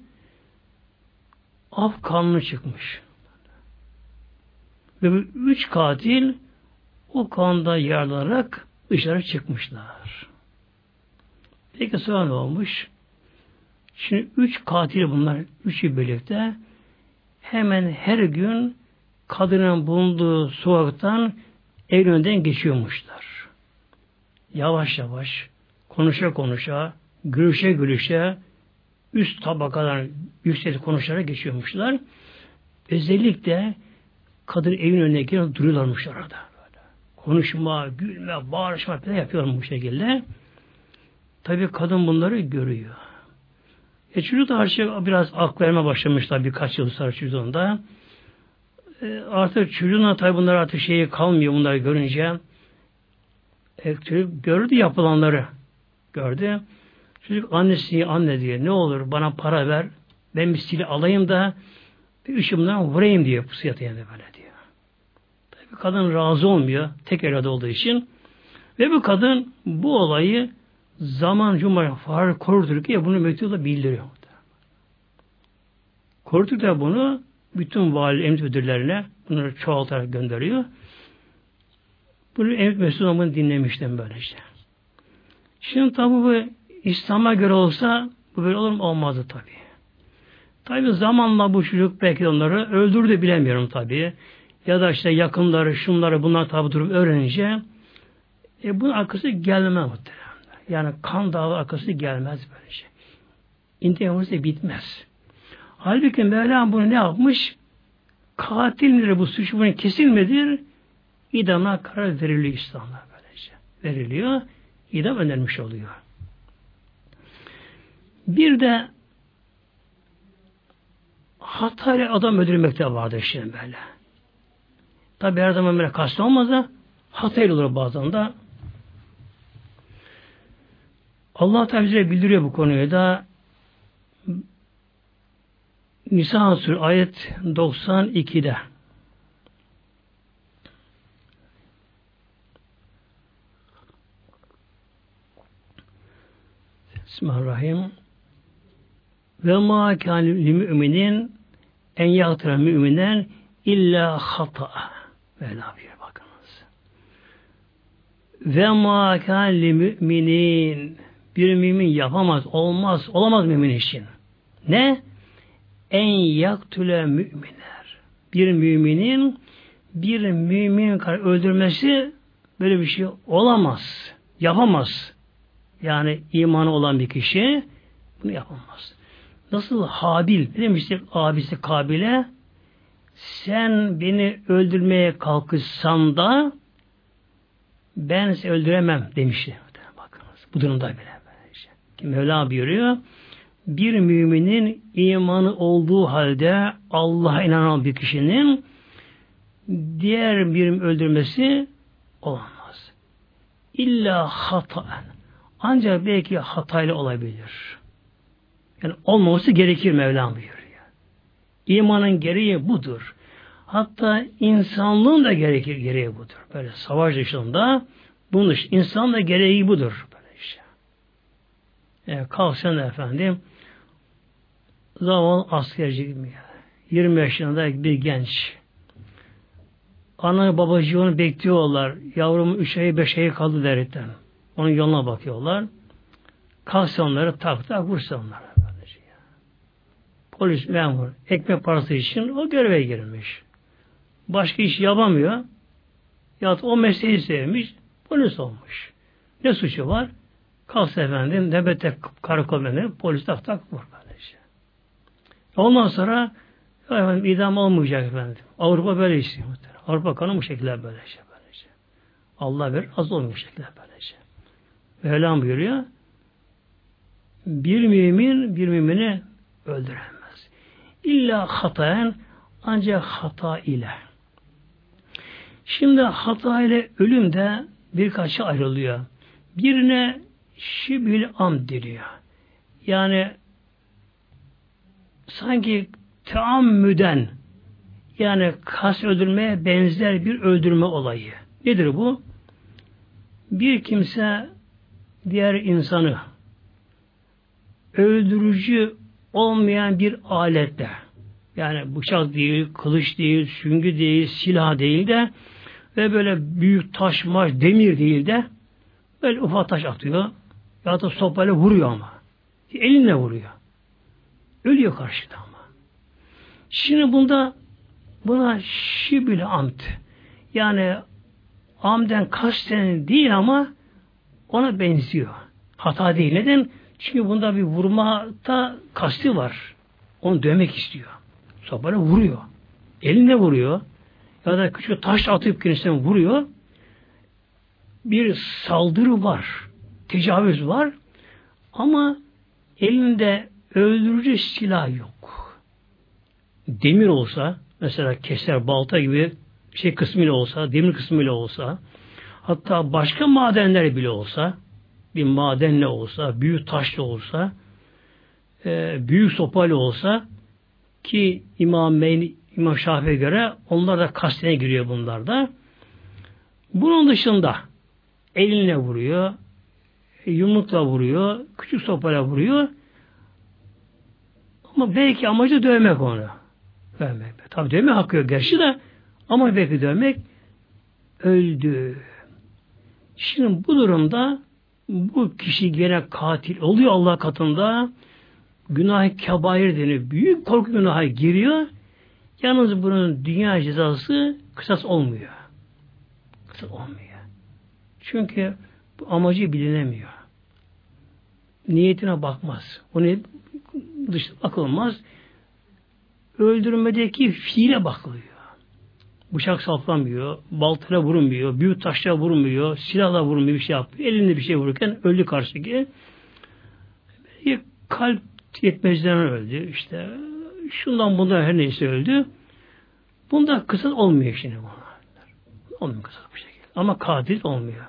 S1: af kanunu çıkmış. Ve bu 3 katil o kanunda yararlanarak dışarı çıkmışlar. Peki sonra ne olmuş? Şimdi 3 katil bunlar, 3'ü birlikte hemen her gün kadının bulunduğu sokaktan evin önünden geçiyormuşlar. Yavaş yavaş, konuşa konuşa, gülüşe gülüşe, üst tabakadan yüksek konuşarak geçiyormuşlar. Özellikle kadın evin önüne gelip duruyorlarmış orada. Böyle. Konuşma, gülme, bağırışma falan yapıyorlar bu şekilde. Tabii kadın bunları görüyor. Çocuk da artık biraz aklı vermeye başlamışlar birkaç yıl sonra çocuğunda. Artık çocuğuna tabii bunlar artık şeyi kalmıyor bunları görünce. Çocuk gördü yapılanları. Gördü. Çocuk annesi anne diyor. Ne olur bana para ver. Ben bir silah alayım da bir ışımdan vurayım diyor. Pusu yatıyor yani böyle diyor. Tabii kadın razı olmuyor. Tek evladı olduğu için. Ve bu kadın bu olayı zaman Cumhurbaşkanı Korkutürk'e bunu mektupla bildiriyor. Korkutürk da bunu bütün vali emniyet müdürlerine bunları çoğaltarak gönderiyor. Bunu emniyet müdürü bunu dinlemiştim böylece. Şimdi tabi bu İslam'a göre olsa bu böyle olur mu? Olmazdı tabi. Tabi zamanla bu çocuk belki onları öldürdü bilemiyorum tabi. Ya da işte yakınları, şunları bunlar tabi durup öğrenince bunun arkası gelmez muhtemelen. Yani kan dağı arkası gelmez böylece. İntikamımız da bitmez. Halbuki Mevlam bunu ne yapmış? Katil midir bu suç bunun kesilmedir? İdamına karar veriliyor İslam'da böylece. Veriliyor. İdam önermiş oluyor. Bir de hatayla adam öldürmek de vardır şimdi böyle. Tabi her zaman böyle kast olmaz da hatayla olur bazen de. Allah Teala bize bildiriyor bu konuyu da Nisa Suresi ayet 92'de. Bismillahirrahmanirrahim. Ve ma kâne li müminin en yâtıra müminen illa hata. Böyle yapıyor bakınız. Ve ma kâne li müminin bir mümin yapamaz, olmaz, olamaz mümin için. Ne? En yaktüle müminler. Bir müminin bir mümin öldürmesi böyle bir şey olamaz. Yapamaz. Yani imanı olan bir kişi bunu yapamaz. Nasıl Habil demiştik abisi Kabil'e sen beni öldürmeye kalkışsan da ben seni öldüremem demişti. Bakınız bu durumda bile. Mevla buyuruyor bir müminin imanı olduğu halde Allah'a inanan bir kişinin diğer birini öldürmesi olamaz. İlla hataen. Ancak belki hatayla olabilir. Yani olmaması gerekir Mevlam buyuruyor. İmanın gereği budur. Hatta insanlığın da gereği budur. Böyle savaş dışında bunun dışında insan da gereği budur. Böyle işte. Kalksan efendim zavallı askerci gibi. 20 yaşında bir genç. Ana babacığı onu bekliyorlar. Yavrumun 3 ayı 5 ayı kaldı derken. Onun yoluna bakıyorlar. Kalksa onları tak tak vursa onları. Polis memur ekmek parası için o göreve girmiş. Başka iş yapamıyor. Ya o mesleği sevmiş. Polis olmuş. Ne suçu var? Kalksa efendim nöbette karakol memuru polis tak tak vur. Ondan sonra efendim, idam olmayacak efendim. Avrupa böyle istiyor. Avrupa kanunu bu şekilde böylece. Allah verir az olmuyor bu şekilde böylece. Mevlam buyuruyor bir mümin bir mümini öldüremez. İlla hataen ancak hata ile. Şimdi hata ile ölüm de birkaça ayrılıyor. Birine şibil am deniyor. Yani sanki teammüden yani kas öldürmeye benzer bir öldürme olayı. Nedir bu? Bir kimse diğer insanı öldürücü olmayan bir aletle, yani bıçak değil, kılıç değil, süngü değil, silah değil de ve böyle büyük taş, maş, demir değil de böyle ufak taş atıyor. Ya da sopayla vuruyor ama. Elinle vuruyor. Ölüyor karşıda ama. Şimdi buna şibül amd. Yani amden kasten değil ama ona benziyor. Hata değil. Neden? Çünkü bunda bir vurmada kasti var. Onu dövmek istiyor. Sopayla vuruyor. Elinle vuruyor. Ya da küçük taş atıp kendisine vuruyor. Bir saldırı var. Tecavüz var. Ama elinde öldürücü silah yok. Demir olsa, mesela keser, balta gibi şey kısmıyla olsa, demir kısmıyla olsa, hatta başka madenler bile olsa, bir madenle olsa, büyük taşla olsa, büyük sopayla olsa, ki İmam Şafii'ye göre onlar da kastine giriyor bunlar da. Bunun dışında elinle vuruyor, yumrukla vuruyor, küçük sopayla vuruyor. Ama belki amacı dövmek onu. Dövmek. Tabii dövmek hakkı yok gerçi de, ama belki dövmek. Öldü. Şimdi bu durumda bu kişi gene katil oluyor Allah katında. Günah-ı kebair deniyor. Büyük korku günaha giriyor. Yalnız bunun dünya cezası kısas olmuyor. Kısas olmuyor. Çünkü bu amacı bilinemiyor. Niyetine bakmaz. O niyet dışına bakılmaz. Öldürmedeki fiile bakılıyor. Bıçak saplanmıyor, baltayla vurulmuyor, büyük taşla vurulmuyor, silahla vurulmuyor, bir şey yapmıyor. Elinde bir şey vururken öldü karşıdaki. Kalp yetmezden öldü. İşte şundan bundan her neyse öldü. Bunda kısas olmuyor şimdi bunlar. Olmuyor kısas bu şekilde. Ama katil olmuyor.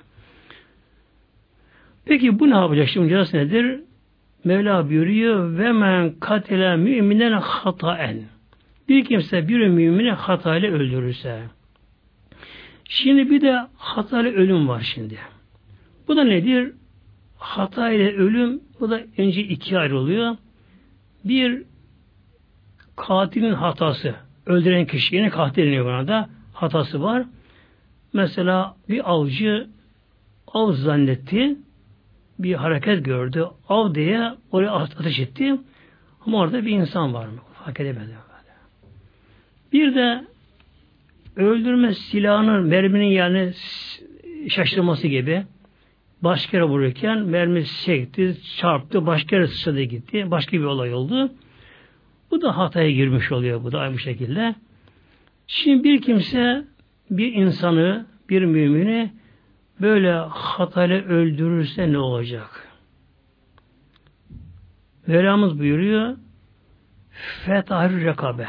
S1: Peki bu ne yapacak şimdi? Cezası nedir? Mevla buyuruyor ve men katile müminen hataen. Bir kimse bir mümini hatayla öldürürse. Şimdi bir de hatayla ölüm var şimdi. Bu da nedir? Hatayla ölüm, bu da önce ikiye ayrılıyor. Bir, katilin hatası. Öldüren kişi, yine katil deniyor buna da. Hatası var. Mesela bir avcı av zannetti. Bir hareket gördü. Av diye oraya ateş etti. Ama orada bir insan var mı? Fark edemedi. Bir de öldürme silahının, merminin yani şaşırması gibi başka yere vururken mermi sekti, çarptı, başka yere sıçradı gitti. Başka bir olay oldu. Bu da hataya girmiş oluyor. Bu da aynı şekilde. Şimdi bir kimse bir insanı, bir mümini böyle hatayla öldürürse ne olacak? Mevlamız buyuruyor fetahir rekabe.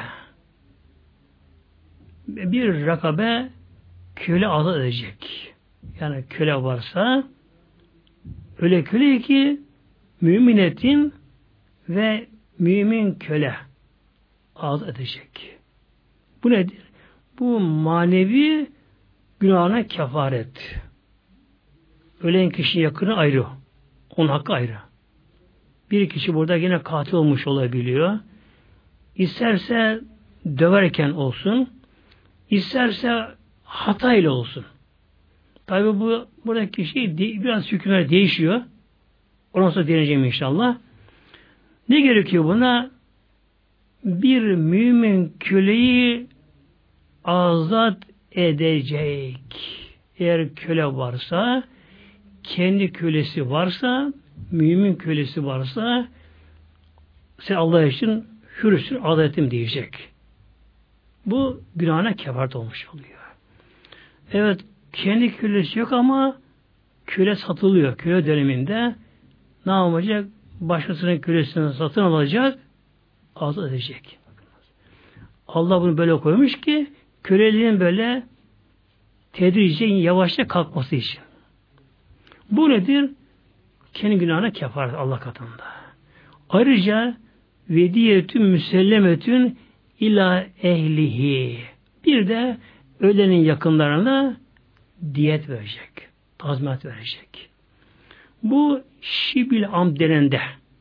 S1: Bir rakabe köle azat edecek. Yani köle varsa öyle köle ki müminetin ve mümin köle azat edecek. Bu nedir? Bu manevi günahına kefaret. Ölen kişinin yakını ayrı. Onun hakkı ayrı. Bir kişi burada yine katil olmuş olabiliyor. İsterse döverken olsun, İsterse hatayla olsun. Tabi bu buradaki kişi biraz hükümler değişiyor. Ondan sonra deneyeceğim inşallah. Ne gerekiyor buna? Bir mümin köleyi azat edecek. Eğer köle varsa, kendi kölesi varsa, mümin kölesi varsa, sen Allah için hürsün, azat ettim diyecek. Bu günahına kefaret olmuş oluyor. Evet, kendi kölesi yok ama köle satılıyor. Köle döneminde ne yapacak? Başkasının kölesini satın alacak, azat edecek. Allah bunu böyle koymuş ki köleliğin böyle tedricen yavaşça kalkması için. Bu nedir? Kendi günahına kefaret Allah katında. Ayrıca vediyetün müsellemetün ila ehlihi. Bir de ölenin yakınlarına diyet verecek. Tazminat verecek. Bu şibil amd denende.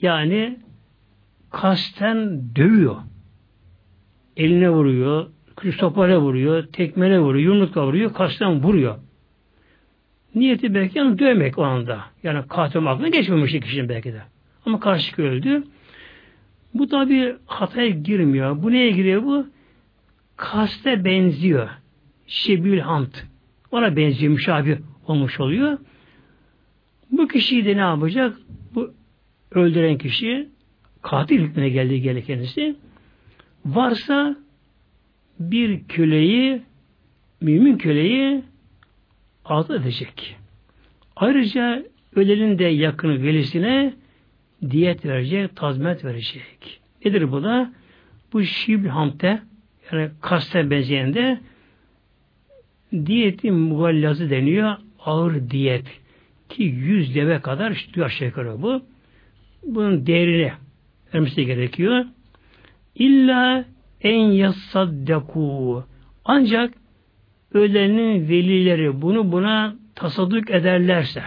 S1: Yani kasten dövüyor. Eline vuruyor, kılıç topayla vuruyor, tekmeyle vuruyor, yumrukla vuruyor, kasten vuruyor. Niyeti belki yani dövmek o anda. Yani katil aklına geçmemiş kişinin belki de. Ama karşı öldü. Bu tabi hataya girmiyor. Bu neye giriyor bu? Kaste benziyor. Şebül hamd. Ona benziyor, müşabih olmuş oluyor. Bu kişiyi de ne yapacak? Bu öldüren kişi katil hükmüne geldiği kendisi varsa bir köleyi, mümin köleyi azat edecek. Ayrıca ölenin de yakını velisine diyet verecek, tazminat verecek. Nedir bu da? Bu şibl hamte yani kasten benzeyende diyeti mugallazı deniyor. Ağır diyet. Ki 100 deve kadar işte aşağı yukarı bu. Bunun değerini vermesi gerekiyor. İlla en yasaddaku. Ancak ölenin velileri buna tasadduk ederlerse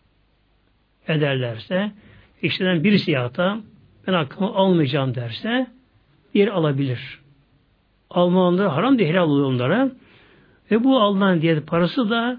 S1: işleden birisi yahta ben hakkımı almayacağım derse bir alabilir. Alma onlara haram değil, helal oluyor onlara. Ve bu alınan diyet parası da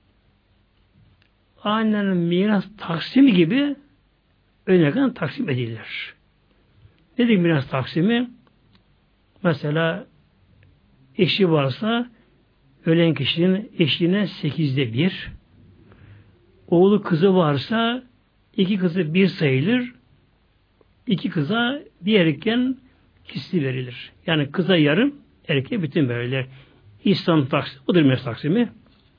S1: aynen miras taksimi gibi önüne kadar taksim edilir. Nedir miras taksimi? Mesela eşi varsa ölen kişinin eşliğine 1/8, oğlu kızı varsa 2 kızı 1 sayılır, 2 kıza bir erken ikisi verilir. Yani kıza yarım, erkeğe bütün verilir. İslam taksimi, budur miras taksimi.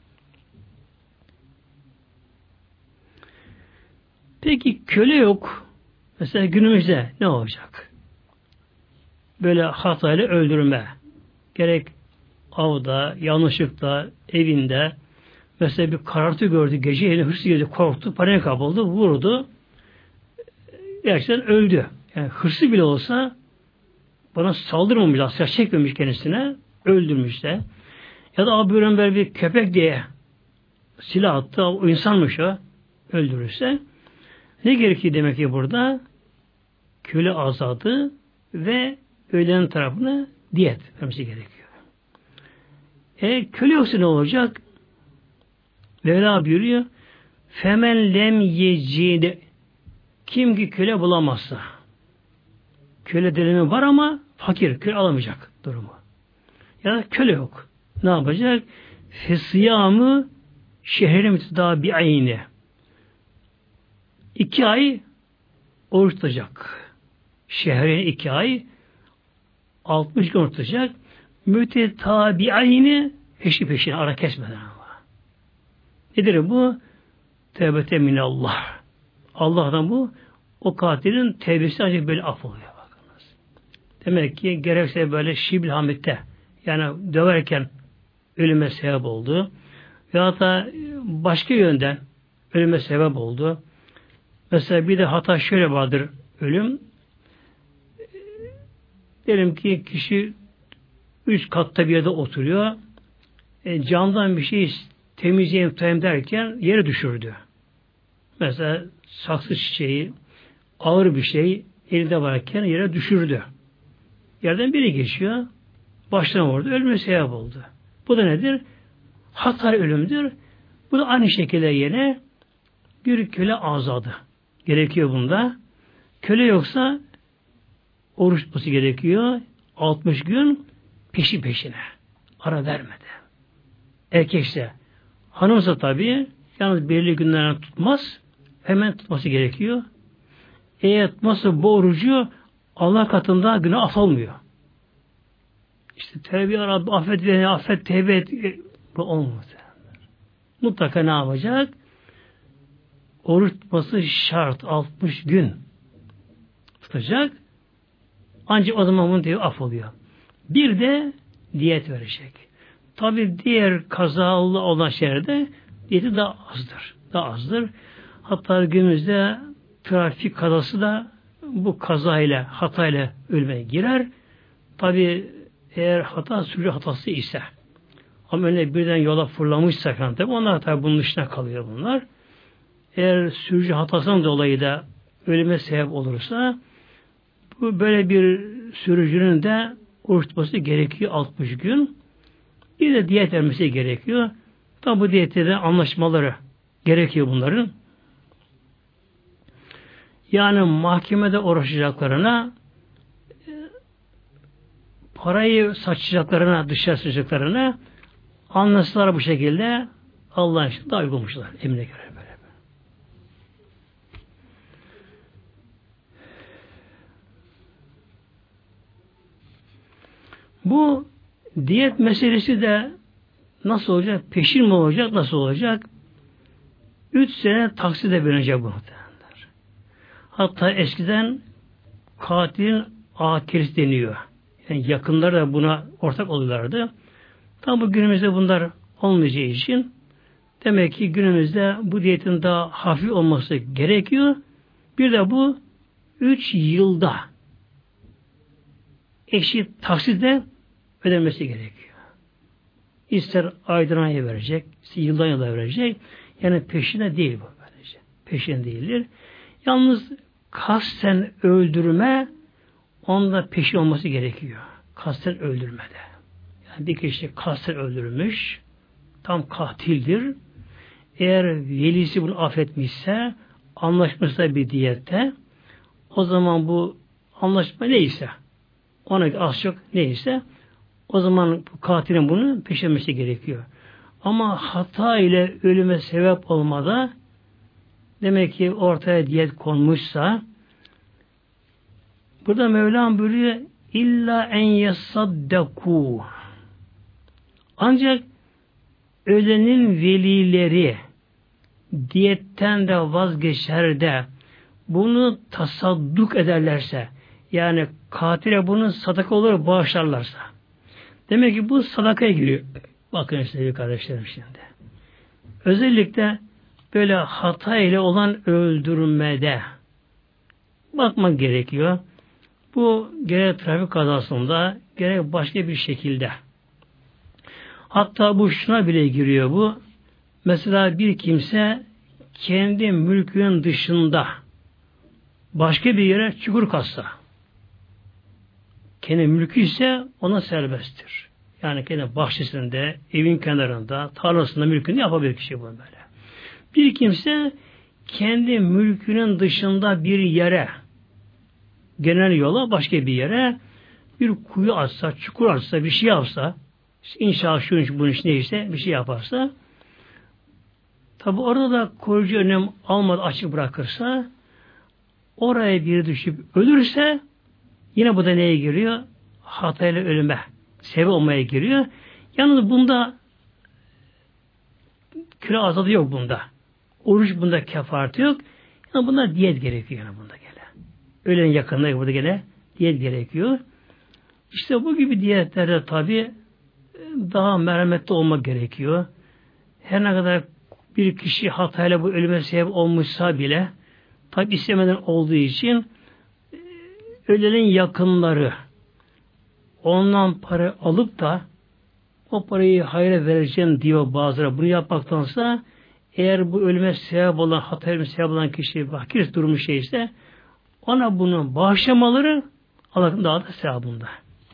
S1: Peki köle yok. Mesela günümüzde ne olacak? Böyle hatayla öldürme. Gerek avda, yanlışlıkla, evinde mesela bir karartı gördü. Gece eline hırsız girdi, korktu, paniğe kapıldı, vurdu. Gerçekten öldü. Yani hırsız bile olsa bana saldırmamış, asker çekmemiş kendisine, öldürmüş de. Ya da abi böyle bir köpek diye silah attı, o insanmış o, öldürürse ne gerekiyor demek ki burada? Köle azadı ve ölenin tarafına diyet vermesi gerekiyor. Köle yoksa ne olacak? Mevla buyuruyor. Femen lem yecide kim ki köle bulamazsa köle dilimi var ama fakir, köle alamayacak durumu. Ya da köle yok. Ne yapacak? Fesiyamı şehre mütedâ bi ayni. 2 ay oruç tutacak. Şehre 2 ay 60 gün oruç tutacak. Mütetabi'ayni peşine ara kesmeden ama. Nedir bu? Tevbete minallah. Allah'tan bu o katilin tevbesi ancak böyle affoluyor. Bakınız. Demek ki gerekse böyle şibl hamitte yani döverken ölüme sebep oldu. Ya da başka yönden ölüme sebep oldu. Mesela bir de hata şöyle vardır ölüm. Diyelim ki kişi 3 katta bir yerde oturuyor. Camdan bir şey temizleyeyim derken yere düşürdü. Mesela saksı çiçeği ağır bir şey elinde varken yere düşürdü. Yerden biri geçiyor. Baştan vurdu. Ölüme sebep oldu. Bu da nedir? Hata ölümdür. Bu da aynı şekilde yine bir köle azadı. Gerekiyor bunda. Köle yoksa oruç tutması gerekiyor. 60 gün peşine. Ara vermedi. Erkekse. Hanımsa tabii yalnız belirli günlerden tutmaz. Hemen tutması gerekiyor. Eğer tutmazsa bu orucu Allah katında günah affolmuyor. İşte tevbe ya Rabbi affet beni, affet, tevbe et. Bu olmaz. Mutlaka ne yapacak? Oruç tutması şart. 60 gün tutacak. Ancak o zaman bunun tevbe affoluyor. Bir de diyet verecek. Tabi diğer kazalı olan şeylerde diyeti daha azdır. Daha azdır. Hatta günümüzde trafik kazası da bu kazayla, hatayla ölmeye girer. Tabi eğer hata sürücü hatası ise ama öyle birden yola fırlamışsa tabi onlar tabi bunun dışına kalıyor bunlar. Eğer sürücü hatasından dolayı da ölüme sebep olursa bu böyle bir sürücünün de oruç tutması gerekiyor 60 gün. Bir de diyet vermesi gerekiyor. Tabi bu diyette de anlaşmaları gerekiyor bunların. Yani mahkemede uğraşacaklarına, parayı saçacaklarına, dışarı saçacaklarına anlaşsalar bu şekilde Allah'ın için daha uygunmuşlar. Emine göre böyle. Bu diyet meselesi de nasıl olacak? Peşin mi olacak? Nasıl olacak? 3 sene takside bölünecek bu muhtemelenler. Hatta eskiden katilin akirisi deniyor. Yani yakınları da buna ortak oluyorlardı. Tam bu günümüzde bunlar olmayacağı için demek ki günümüzde bu diyetin daha hafif olması gerekiyor. Bir de bu 3 yılda eşit taksitle ödenmesi gerekiyor. İster aydan aya verecek, ister yıldan yıla verecek. Yani peşine değil bu böylece. Peşine değildir. Yalnız kasten öldürme onda peşin olması gerekiyor. Kasten öldürmede. Yani bir kişi kasten öldürmüş, tam katildir. Eğer velisi bunu affetmişse, anlaşmışsa bir diyette, o zaman bu anlaşma neyse, ona az çok neyse, o zaman katilin bunu peşlemesi gerekiyor. Ama hata ile ölüme sebep olmada demek ki ortaya diyet konmuşsa burada Mevlam buyuruyor illa en yasaddaku ancak ölenin velileri diyetten de vazgeçer de bunu tasadduk ederlerse yani katile bunun sadaka olur bağışlarlarsa demek ki bu sadakaya giriyor. Bakın sevgili kardeşlerim şimdi. Özellikle böyle hata ile olan öldürmede bakmak gerekiyor. Bu gerek trafik kazasında gerek başka bir şekilde. Hatta bu şuna bile giriyor bu. Mesela bir kimse kendi mülkünün dışında başka bir yere çukur kazsa kendi mülkü ise ona serbesttir. Yani kendi bahçesinde, evin kenarında, tarlasında, mülkünde yapabilir kişi bunu böyle. Bir kimse kendi mülkünün dışında bir yere, genel yola başka bir yere bir kuyu açsa, çukur açsa, bir şey yapsa, inşallah şu bunun için neyse bir şey yaparsa, tabi orada da koruyucu önlem almadan açık bırakırsa, oraya bir düşüp ölürse, yine bu da neye giriyor? Hatayla ölüme sebep olmaya giriyor. Yalnız bunda kilo azaltı yok bunda. Oruç bunda kefareti yok. Yani bunda diyet gerekiyor yani bunda gene. Ölenin yakınında burada gene diyet gerekiyor. İşte bu gibi diyetlerde tabi daha merhametli olmak gerekiyor. Her ne kadar bir kişi hatayla bu ölüme sebep olmuşsa bile tabi istemeden olduğu için ölenin yakınları ondan para alıp da o parayı hayra vereceğim diyor bazıları. Bunu yapmaktansa eğer bu ölüme sebep olan, hataya sebep olan kişi fakir durumu şeyse ona bunu bağışlamaları Allah'ın daha da sevabında.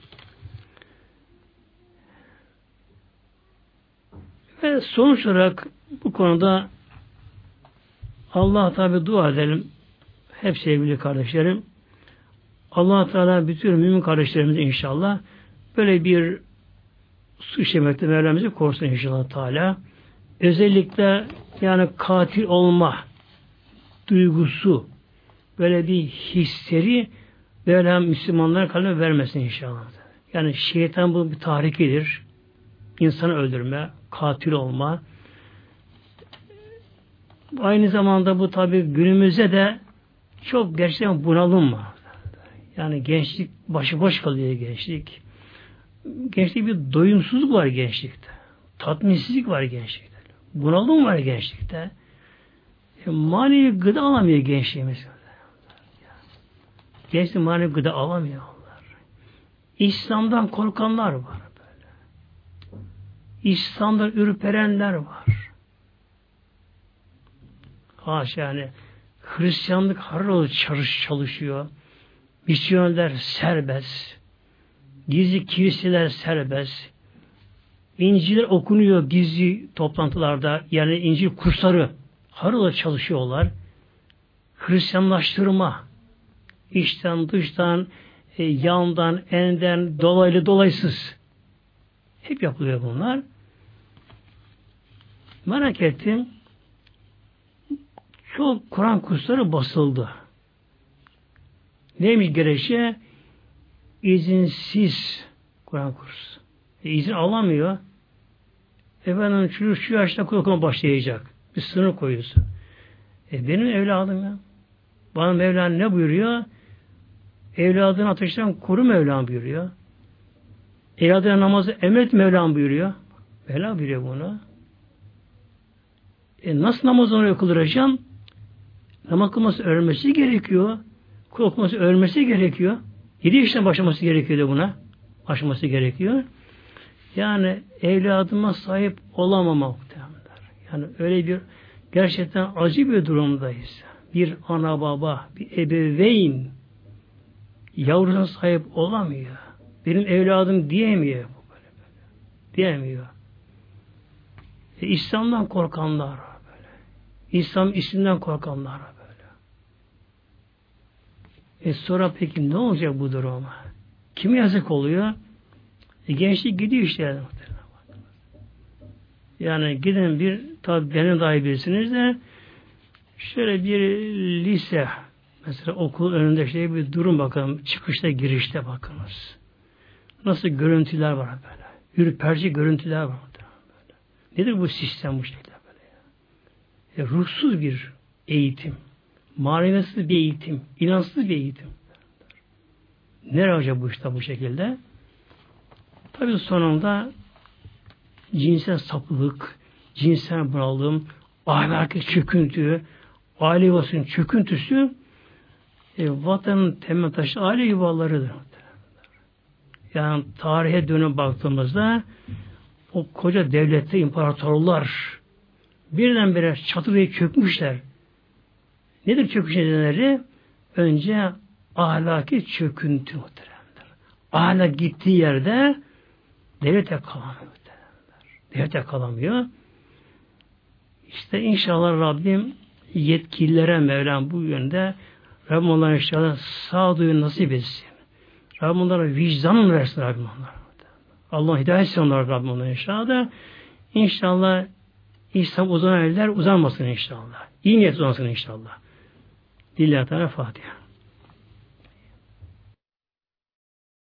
S1: Ve sonuç olarak bu konuda Allah'a tabi dua edelim. Hep sevgili kardeşlerim. Allah Teala bütün mümin kardeşlerimiz inşallah böyle bir su işlemekte Mevlamızı korusun inşallah Teala. Özellikle yani katil olma duygusu böyle bir hisleri böyle Müslümanlara kalbine vermesin inşallah. Yani şeytan bu bir tahrikidir. İnsanı öldürme, katil olma. Aynı zamanda bu tabi günümüzde de çok gerçekten bunalım var. Yani gençlik başıboş kalıyor gençlik. Gençlik bir doyumsuzluk var gençlikte. Tatminsizlik var gençlikte. Bunalım var gençlikte. Manevi gıda alamıyor gençliğimiz. Gençlik manevi gıda alamıyorlar. İslam'dan korkanlar var böyle. İslam'dan ürperenler var. Haşa yani Hristiyanlık harıl çalışıyor. Misyonerler serbest. Gizli kiliseler serbest. İncil'ler okunuyor gizli toplantılarda. Yani İncil kursları harıl çalışıyorlar. Hristiyanlaştırma, içten dıştan, yandan, enden, dolaylı dolaysız. Hep yapılıyor bunlar. Merak ettim. Çok Kur'an kursları basıldı. Neymiş gerekçe? İzinsiz Kur'an kursu. İzin alamıyor. Efendim şu yaşta Kur'an okumaya başlayacak. Bir sınır koyuyorsun. Benim evladım ya. Bana Mevlam ne buyuruyor? Evladını ateşten koru Mevlam buyuruyor. Evladına namazı emret Mevlam buyuruyor. Mevlam buyuruyor bunu. Nasıl namaz onu kıldıracağım? Namaz kılması öğrenmesi gerekiyor. Kul okuması öğrenmesi gerekiyor. 7 yaştan başlaması gerekiyordu buna. Başlaması gerekiyor. Yani evladıma sahip olamamak. Yani öyle bir gerçekten acı bir durumdayız. Bir ana baba, bir ebeveyn yavrusuna sahip olamıyor. Benim evladım diyemiyor. Diyemiyor. İslam'dan korkanlar böyle. İslam isminden korkanlar böyle. Sonra peki ne olacak bu duruma? Kime yazık oluyor? Gençlik gidiyor işte. Yani gidin bir, tabi benim dahi bilirsiniz de şöyle bir lise mesela okul önünde işte bir durum bakalım. Çıkışta girişte bakınız. Nasıl görüntüler var böyle. Ürperci görüntüler var. Böyle. Nedir bu sistem bu şekilde böyle ya? Ruhsuz bir eğitim. Maneviyatsız bir eğitim. İnansız bir eğitim. Nereye olacak bu işte bu şekilde? Tabii sonunda cinsel sapılık, cinsel bunalım, ahlaki çöküntü, aile yuvasının çöküntüsü vatanın temel taşı aile yuvalarıdır. Yani tarihe dönüp baktığımızda o koca devlette imparatorlar birdenbire çatırıya çökmüşler. Nedir çöküş nedenleri? Önce ahlaki çöküntü muhteremler. Ahlak gittiği yerde devlete kalamıyor. Devlete kalamıyor. İşte inşallah Rabbim yetkililere Mevlam bu yönde Rabbim onlara inşallah sağduyu nasip etsin. Rabbim onlara vicdanını versin Rabbim onlara. Allah hidayet etsin onlara Rabbim onlara inşallah. İnşallah İslam uzanan eller uzanmasın inşallah. İyi niyet uzansın inşallah. Lillahi Teala Fatiha.